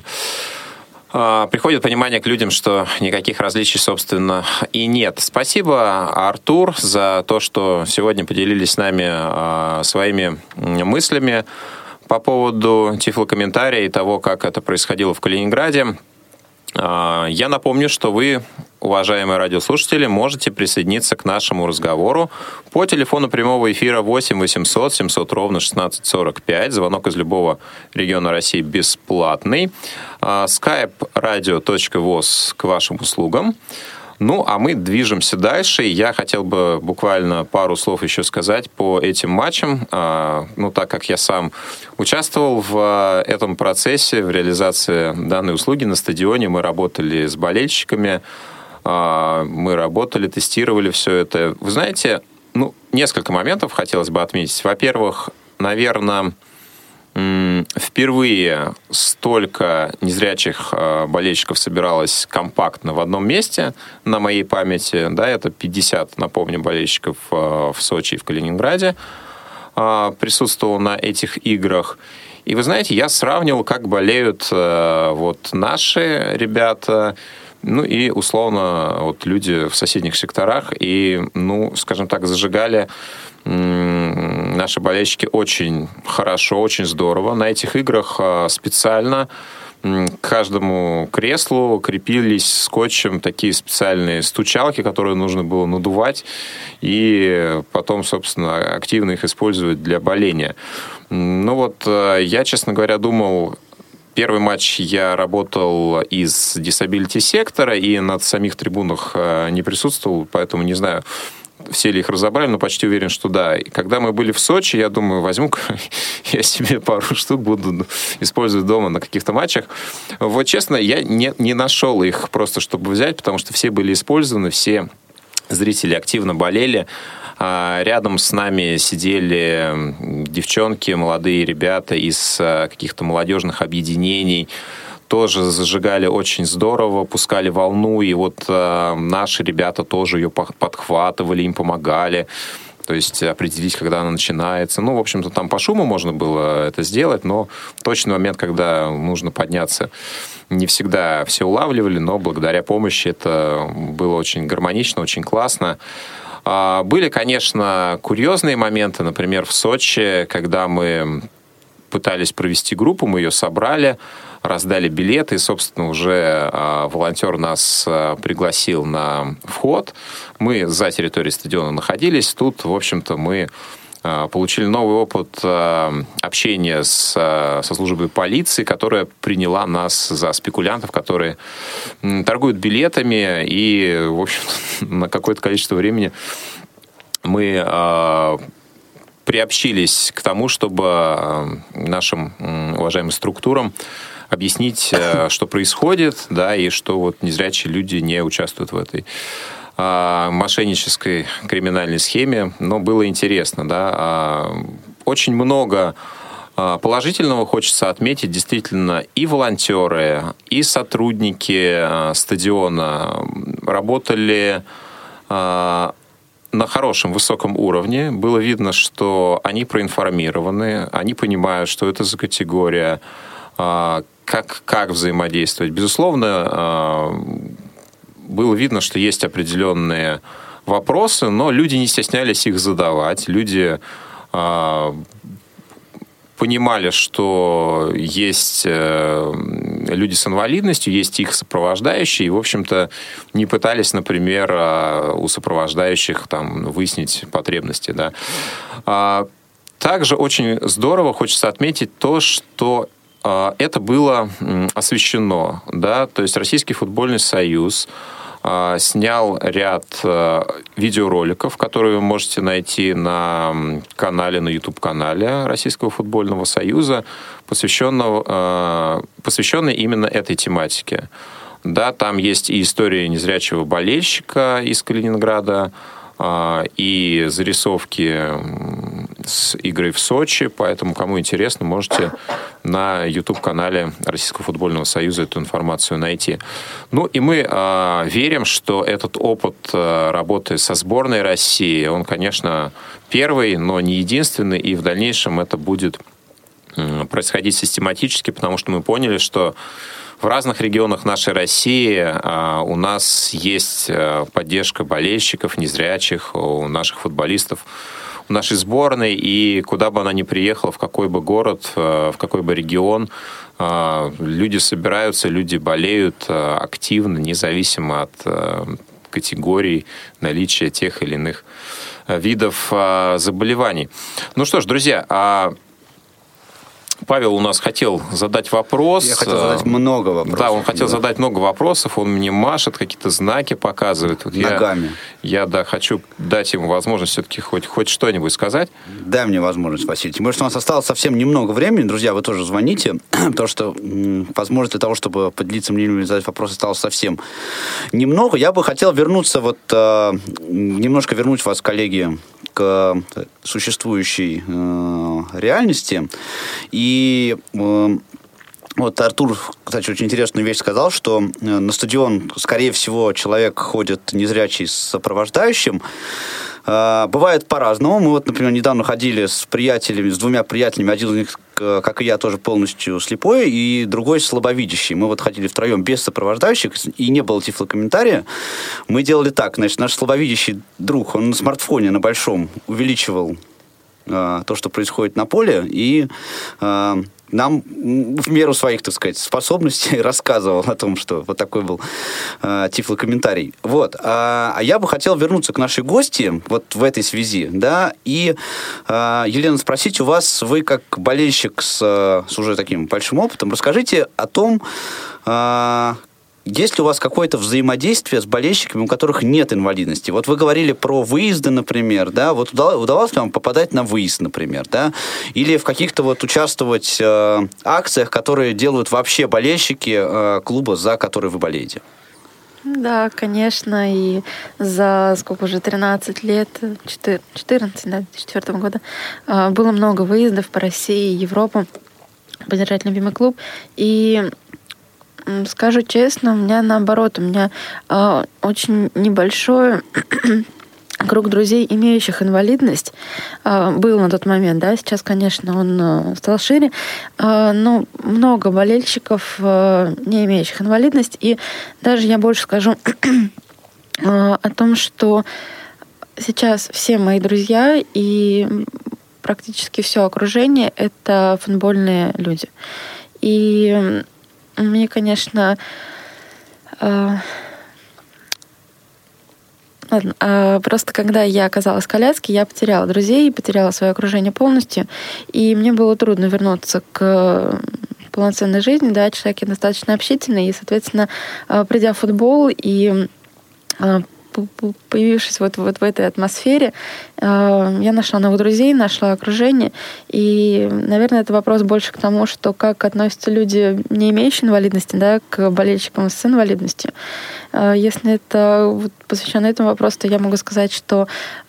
приходит понимание к людям, что никаких различий, собственно, и нет. Спасибо, Артур, за то, что сегодня поделились с нами своими мыслями по поводу тифлокомментария и того, как это происходило в Калининграде, я напомню, что вы, уважаемые радиослушатели, можете присоединиться к нашему разговору по телефону прямого эфира 8 800 700 ровно 1645. Звонок из любого региона России бесплатный. Skype radio.voz к вашим услугам. Ну, а мы движемся дальше. Я хотел бы буквально пару слов еще сказать по этим матчам. Ну, так как я сам участвовал в этом процессе, в реализации данной услуги на стадионе, мы работали с болельщиками, мы работали, тестировали все это. Вы знаете, ну, несколько моментов хотелось бы отметить. Во-первых, наверное, впервые столько незрячих болельщиков собиралось компактно в одном месте на моей памяти. Да, это 50, напомню, болельщиков в Сочи и в Калининграде присутствовал на этих играх. И вы знаете, я сравнивал, как болеют вот наши ребята, ну и условно вот люди в соседних секторах. И, ну, скажем так, зажигали наши болельщики очень хорошо, очень здорово. На этих играх специально к каждому креслу крепились скотчем такие специальные стучалки, которые нужно было надувать и потом, собственно, активно их использовать для боления. Ну вот, я, честно говоря, думал, первый матч я работал из дисабилити-сектора и на самих трибунах не присутствовал, поэтому не знаю, все ли их разобрали, но почти уверен, что да. И когда мы были в Сочи, я думаю, возьму-ка я себе пару штук, буду использовать дома на каких-то матчах. Вот честно, я не нашел их просто, чтобы взять, потому что все были использованы, все зрители активно болели. Рядом с нами сидели девчонки, молодые ребята из каких-то молодежных объединений, тоже зажигали очень здорово, пускали волну, и вот наши ребята тоже ее подхватывали, им помогали, то есть определить, когда она начинается. Ну, в общем-то, там по шуму можно было это сделать, но точный момент, когда нужно подняться, не всегда все улавливали, но благодаря помощи это было очень гармонично, очень классно. Были, конечно, курьезные моменты, например, в Сочи, когда мы пытались провести группу, мы ее собрали, раздали билеты, и, собственно, уже волонтер нас пригласил на вход. Мы за территорией стадиона находились. Тут, в общем-то, мы получили новый опыт общения со службой полиции, которая приняла нас за спекулянтов, которые торгуют билетами. И, в общем-то, на какое-то количество времени мы приобщились к тому, чтобы нашим уважаемым структурам объяснить, что происходит, да, и что вот незрячие люди не участвуют в этой мошеннической криминальной схеме. Но было интересно, да. Очень много положительного хочется отметить. Действительно, и волонтеры, и сотрудники стадиона работали на хорошем, высоком уровне. Было видно, что они проинформированы, они понимают, что это за категория, как взаимодействовать. Безусловно, было видно, что есть определенные вопросы, но люди не стеснялись их задавать. Люди понимали, что есть люди с инвалидностью, есть их сопровождающие, и, в общем-то, не пытались, например, у сопровождающих там выяснить потребности. Да. Также очень здорово хочется отметить то, что это было освещено. Да? То есть Российский футбольный союз снял ряд видеороликов, которые вы можете найти на канале, на YouTube-канале Российского футбольного союза, посвященные именно этой тематике. Да, там есть и история незрячего болельщика из Калининграда, и зарисовки с игрой в Сочи, поэтому, кому интересно, можете на YouTube-канале Российского футбольного союза эту информацию найти. Ну и мы верим, что этот опыт работы со сборной России, он, конечно, первый, но не единственный, и в дальнейшем это будет происходить систематически, потому что мы поняли, что в разных регионах нашей России у нас есть поддержка болельщиков, незрячих, у наших футболистов в нашей сборной, и куда бы она ни приехала, в какой бы город, в какой бы регион, люди собираются, люди болеют активно, независимо от категорий наличия тех или иных видов заболеваний. Ну что ж, друзья, Павел у нас хотел задать вопрос. Я хотел задать много вопросов. Да, он хотел задать много вопросов, он мне машет, какие-то знаки показывает. Вот ногами. Я хочу дать ему возможность все-таки хоть что-нибудь сказать. Дай мне возможность, Василий. Тем более, что у нас осталось совсем немного времени. Друзья, вы тоже звоните, потому что возможность для того, чтобы поделиться мнением и задать вопросы, осталось совсем немного. Я бы хотел вернуться, немножко вернуть вас, коллеги, к существующей реальности. И вот Артур, кстати, очень интересную вещь сказал, что на стадион, скорее всего, человек ходит незрячий с сопровождающим. Бывает по-разному. Мы вот, например, недавно ходили с двумя приятелями. Один из них, как и я, тоже полностью слепой, и другой слабовидящий. Мы вот ходили втроем без сопровождающих, и не было тифлокомментария. Мы делали так. Значит, наш слабовидящий друг, он на смартфоне, на большом, увеличивал то, что происходит на поле, и нам в меру своих, так сказать, способностей рассказывал о том, что вот такой был тифлокомментарий. Вот. А я бы хотел вернуться к нашей гости вот в этой связи, да, и, Елена, спросить у вас, вы как болельщик с уже таким большим опытом, расскажите о том, есть ли у вас какое-то взаимодействие с болельщиками, у которых нет инвалидности? Вот вы говорили про выезды, например, да, вот удавалось ли вам попадать на выезд, например, да, или в каких-то вот участвовать акциях, которые делают вообще болельщики клуба, за который вы болеете? Да, конечно, и за сколько уже, 13 лет, 14, да, 2004 года, было много выездов по России, Европу, поддержать любимый клуб, и скажу честно, у меня наоборот, очень небольшой круг друзей, имеющих инвалидность, был на тот момент, да, сейчас, конечно, он стал шире, но много болельщиков, не имеющих инвалидность, и даже я больше скажу о том, что сейчас все мои друзья и практически все окружение — это футбольные люди. И мне, конечно, просто когда я оказалась в коляске, я потеряла друзей, потеряла свое окружение полностью, и мне было трудно вернуться к полноценной жизни, да, человек я достаточно общительный, и, соответственно, придя в футбол и появившись вот в этой атмосфере, я нашла новых друзей, нашла окружение. И, наверное, это вопрос больше к тому, что как относятся люди, не имеющие инвалидности, да, к болельщикам с инвалидностью. Если это вот посвящено этому вопросу, то я могу сказать, что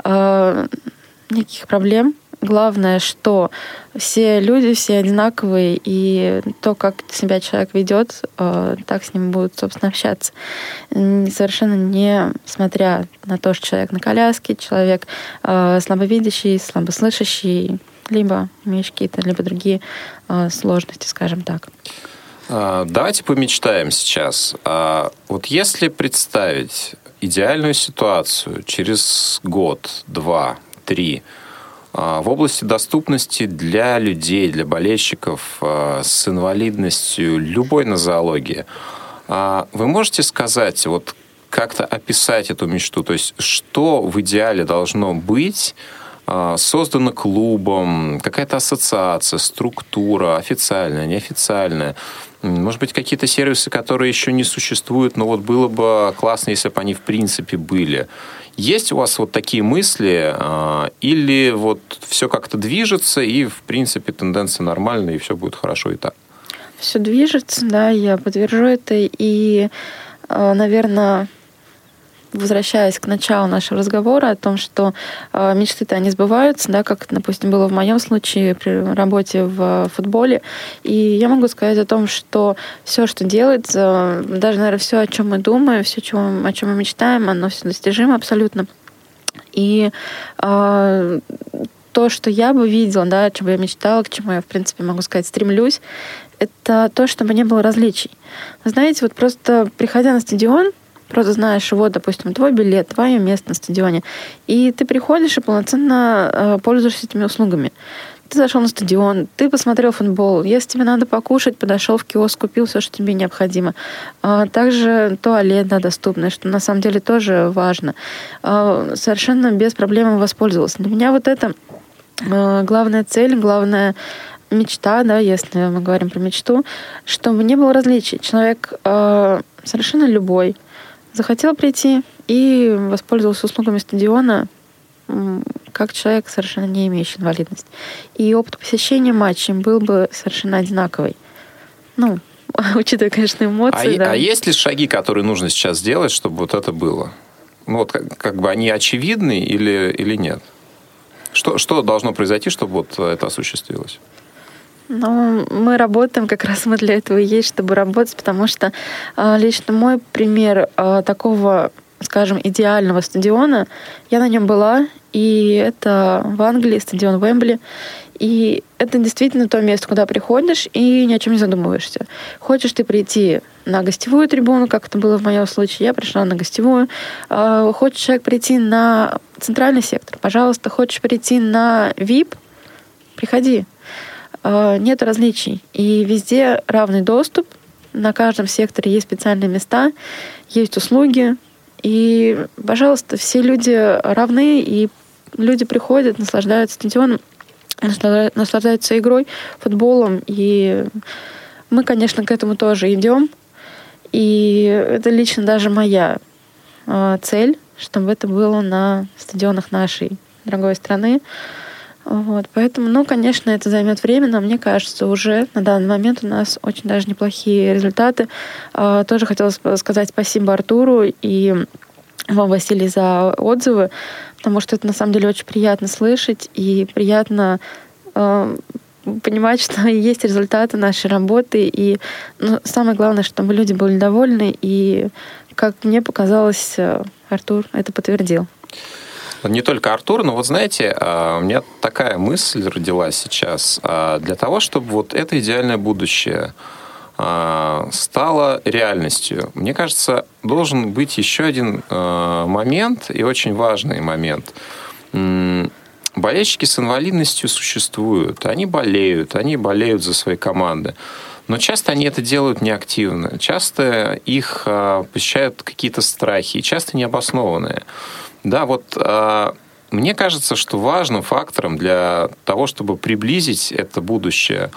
никаких проблем. Главное, что все люди, все одинаковые, и то, как себя человек ведет, так с ним будут, собственно, общаться. Совершенно не смотря на то, что человек на коляске, человек слабовидящий, слабослышащий, либо имеющий какие-то, либо другие сложности, скажем так. Давайте помечтаем сейчас. Вот если представить идеальную ситуацию через год, 2, 3, в области доступности для людей, для болельщиков с инвалидностью любой нозологии, вы можете сказать, вот как-то описать эту мечту? То есть что в идеале должно быть создано клубом, какая-то ассоциация, структура, официальная, неофициальная? Может быть, какие-то сервисы, которые еще не существуют, но вот было бы классно, если бы они в принципе были. Есть у вас вот такие мысли, или вот все как-то движется, и, в принципе, тенденция нормальная, и все будет хорошо и так? Все движется, да, я подтвержу это. И, наверное, возвращаясь к началу нашего разговора о том, что мечты-то они сбываются, да, как, допустим, было в моем случае при работе в футболе. И я могу сказать о том, что все, что делается, даже, наверное, все, о чем мы думаем, все, о чем мы мечтаем, оно все достижимо абсолютно. И то, что я бы видела, да, о чем я мечтала, к чему я, в принципе, могу сказать, стремлюсь, это то, чтобы не было различий. Вы знаете, вот просто приходя на стадион, просто знаешь, вот, допустим, твой билет, твое место на стадионе, и ты приходишь и полноценно пользуешься этими услугами. Ты зашел на стадион, ты посмотрел футбол. Если тебе надо покушать, подошел в киоск, купил все, что тебе необходимо. Также туалет, да, доступный, что на самом деле тоже важно. Совершенно без проблем воспользовался. Для меня вот это главная цель, главная мечта, да, если мы говорим про мечту, чтобы не было различий. Человек совершенно любой захотел прийти и воспользовался услугами стадиона, как человек, совершенно не имеющий инвалидность. И опыт посещения матчей был бы совершенно одинаковый. Ну, учитывая, конечно, эмоции. А есть ли шаги, которые нужно сейчас сделать, чтобы вот это было? Ну, вот как бы они очевидны или нет? Что должно произойти, чтобы вот это осуществилось? Ну, мы работаем, как раз мы для этого и есть, чтобы работать, потому что лично мой пример такого, скажем, идеального стадиона, я на нем была, и это в Англии, стадион Уэмбли. И это действительно то место, куда приходишь и ни о чем не задумываешься. Хочешь ты прийти на гостевую трибуну, как это было в моем случае, я пришла на гостевую. Хочешь человек прийти на центральный сектор, пожалуйста. Хочешь прийти на VIP, приходи. Нет различий. И везде равный доступ. На каждом секторе есть специальные места, есть услуги. И, пожалуйста, все люди равны, и люди приходят, наслаждаются стадионом, наслаждаются игрой, футболом. И мы, конечно, к этому тоже идем. И это лично даже моя цель, чтобы это было на стадионах нашей дорогой страны. Вот, поэтому, ну, конечно, это займет время, но мне кажется, уже на данный момент у нас очень даже неплохие результаты. Тоже хотелось сказать спасибо Артуру и вам, Василий, за отзывы, потому что это на самом деле очень приятно слышать и приятно понимать, что есть результаты нашей работы. И самое главное, чтобы люди были довольны. И, как мне показалось, Артур это подтвердил. Не только Артур, но вот знаете, у меня такая мысль родилась сейчас. Для того, чтобы вот это идеальное будущее стало реальностью, мне кажется, должен быть еще один момент, и очень важный момент. Болельщики с инвалидностью существуют, они болеют за свои команды. Но часто они это делают неактивно. Часто их посещают какие-то страхи, и часто необоснованные. Да, вот мне кажется, что важным фактором для того, чтобы приблизить это будущее,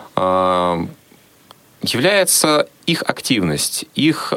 является их активность, их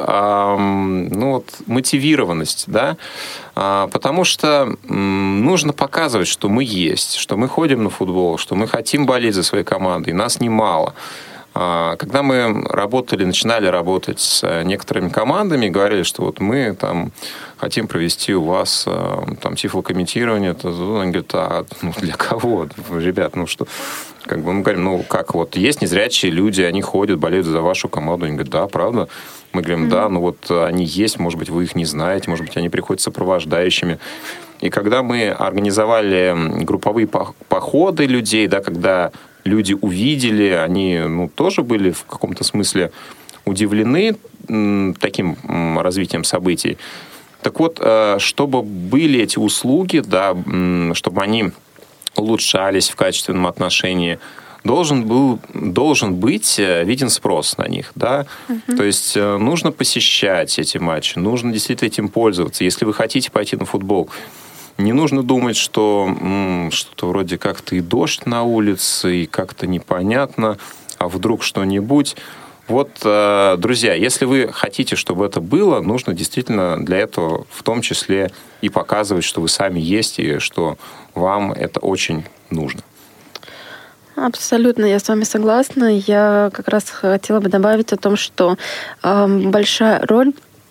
мотивированность, да? Потому что нужно показывать, что мы есть, что мы ходим на футбол, что мы хотим болеть за свои команды, и нас немало. Когда мы начинали работать с некоторыми командами, говорили, что вот мы там хотим провести у вас там тифлокомментирование, они говорят, для кого, ребят, что, как бы мы говорим, как вот есть незрячие люди, они ходят, болеют за вашу команду, они говорят, да, правда. Мы говорим, да, они есть, может быть, вы их не знаете, может быть, они приходят сопровождающими. И когда мы организовали групповые походы людей, да, когда люди увидели, они тоже были в каком-то смысле удивлены таким развитием событий. Так вот, чтобы были эти услуги, да, чтобы они улучшались в качественном отношении, должен быть виден спрос на них. Да? То есть нужно посещать эти матчи, нужно действительно этим пользоваться. Если вы хотите пойти на футбол, не нужно думать, что что-то вроде как-то и дождь на улице, и как-то непонятно, а вдруг что-нибудь. Вот, друзья, если вы хотите, чтобы это было, нужно действительно для этого в том числе и показывать, что вы сами есть, и что вам это очень нужно. Абсолютно, я с вами согласна. Я как раз хотела бы добавить о том, что большая роль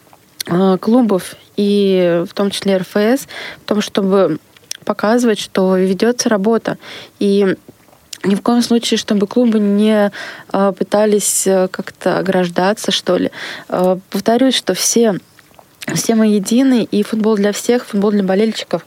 клубов и в том числе РФС в том, чтобы показывать, что ведется работа. И ни в коем случае, чтобы клубы не пытались как-то ограждаться, что ли. Повторюсь, что все мы едины, и футбол для всех, футбол для болельщиков.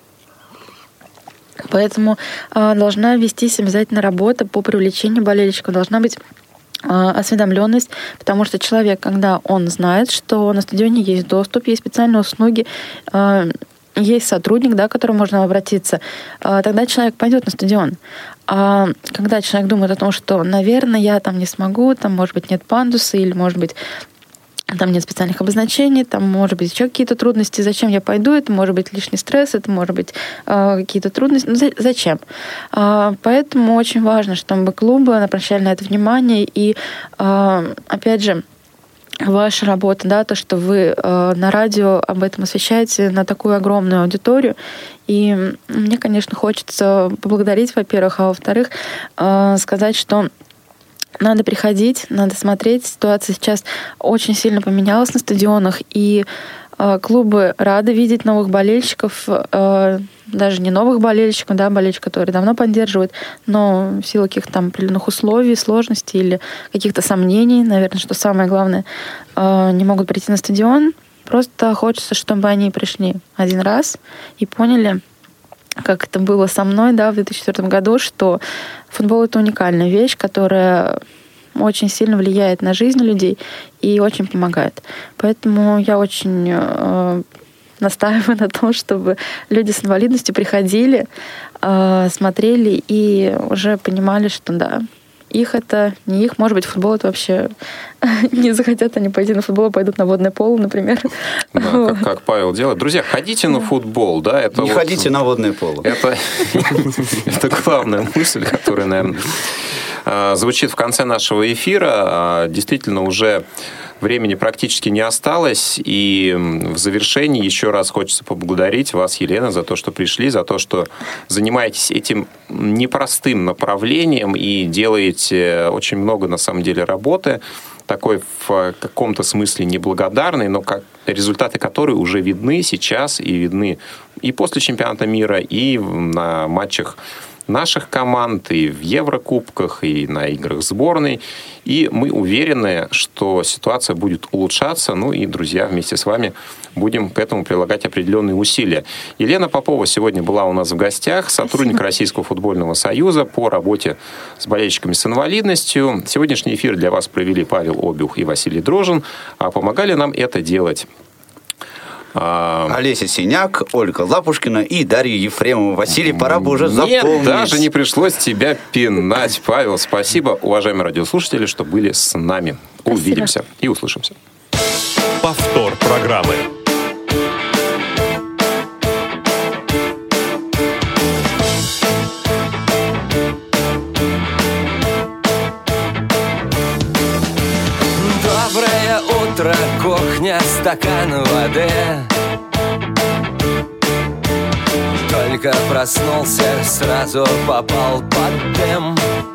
Поэтому должна вестись обязательно работа по привлечению болельщиков, должна быть осведомленность, потому что человек, когда он знает, что на стадионе есть доступ, есть специальные услуги, есть сотрудник, да, к которому можно обратиться, тогда человек пойдет на стадион. А когда человек думает о том, что, наверное, я там не смогу, там, может быть, нет пандуса, или, может быть, там нет специальных обозначений, там, может быть, еще какие-то трудности. Зачем я пойду? Это может быть лишний стресс, это может быть какие-то трудности. Ну, зачем? Поэтому очень важно, чтобы клубы обращали на это внимание. И, опять же, ваша работа, да, то, что вы на радио об этом освещаете на такую огромную аудиторию. И мне, конечно, хочется поблагодарить, во-первых, а во-вторых, сказать, что надо приходить, надо смотреть. Ситуация сейчас очень сильно поменялась на стадионах, и клубы рады видеть новых болельщиков, даже не новых болельщиков, да, болельщиков, которые давно поддерживают, но в силу каких-то там определенных условий, сложностей или каких-то сомнений, наверное, что самое главное, не могут прийти на стадион. Просто хочется, чтобы они пришли один раз и поняли, как это было со мной, да, в 2004 году, что футбол — это уникальная вещь, которая очень сильно влияет на жизнь людей и очень помогает. Поэтому я очень настаиваю на том, чтобы люди с инвалидностью приходили, смотрели и уже понимали, что да, их это не их. Может быть, футбол это вообще не захотят они пойти на футбол, а пойдут на водное поло, например. Да, как Павел делает. Друзья, ходите на футбол, да? Это не ходите на водное поло. Это главная мысль, которая, наверное, звучит в конце нашего эфира. Действительно, уже времени практически не осталось, и в завершении еще раз хочется поблагодарить вас, Елена, за то, что пришли, за то, что занимаетесь этим непростым направлением и делаете очень много, на самом деле, работы, такой в каком-то смысле неблагодарной, но результаты которой уже видны сейчас и видны и после чемпионата мира, и на матчах наших команд, и в Еврокубках, и на играх сборной. И мы уверены, что ситуация будет улучшаться. Ну и, друзья, вместе с вами будем к этому прилагать определенные усилия. Елена Попова сегодня была у нас в гостях, сотрудник Российского футбольного союза по работе с болельщиками с инвалидностью. Сегодняшний эфир для вас провели Павел Обиух и Василий Дрожжин, а помогали нам это делать Олеся Синяк, Ольга Лапушкина и Дарья Ефремова. Василий, пора бы уже запомнить. Нет, даже не пришлось тебя пинать. Павел, спасибо, уважаемые радиослушатели, что были с нами. Спасибо. Увидимся и услышимся. Повтор программы. Доброе утро, кухня, стакан воды. Только проснулся, сразу попал под дым.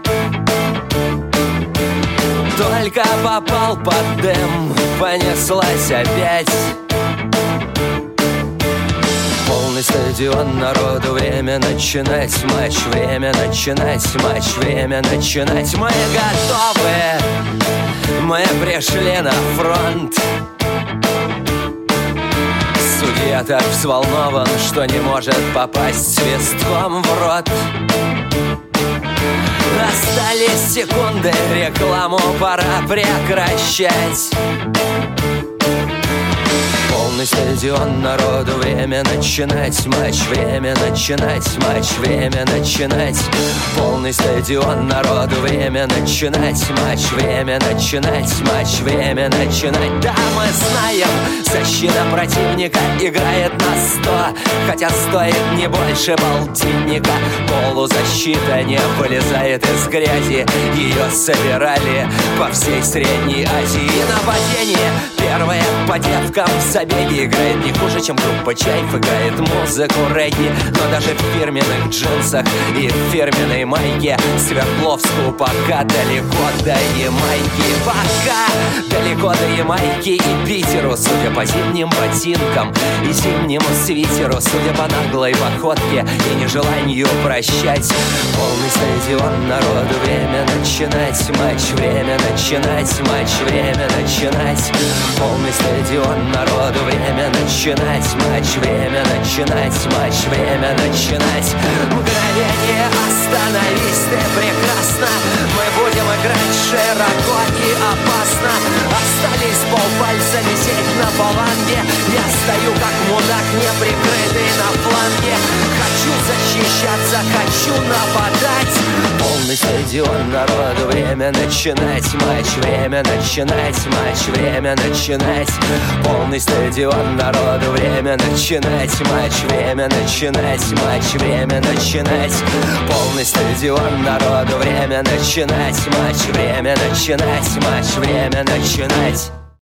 Только попал под дым, понеслась опять. Полный стадион, народу, время начинать матч, время начинать матч, время начинать. Мы готовы, мы пришли на фронт. Судья так взволнован, что не может попасть свистком в рот. Остались секунды, рекламу пора прекращать. Полный стадион, народу, время начинать матч, время начинать матч, время начинать. Полный стадион, народу, время начинать матч, время начинать матч, время начинать. Да, мы знаем, защита противника играет на 100, хотя стоит не больше полтинника. Полузащита не вылезает из грязи, ее собирали по всей Средней Азии. Нападение первое по девкам в забеге играет не хуже, чем группа Чайф играет музыку регги. Но даже в фирменных джинсах и в фирменной майке Свердловску пока далеко до Ямайки. Пока далеко до Ямайки и Питеру, судя по зимним ботинкам и зимнему свитеру, судя по наглой походке и нежеланию прощать. Полный стадион, народу, время начинать матч, время начинать матч, время начинать. Полный стадион, народу, время начинать матч, время начинать матч, время начинать. мгновение остановись, ты прекрасна. Мы будем играть широко и опасно. Остались полпальца висеть на фаланге. Я стою как мудак, неприкрытый на фланге. Хочу защищаться, хочу нападать. Полный стадион народу, время начинать матч. Время начинать матч, время начинать. Полный стадион народу, время начинать матч. Время начинать матч, время начинать. Полный стадион народу, время начинать матч. Время начинать матч, время начинать.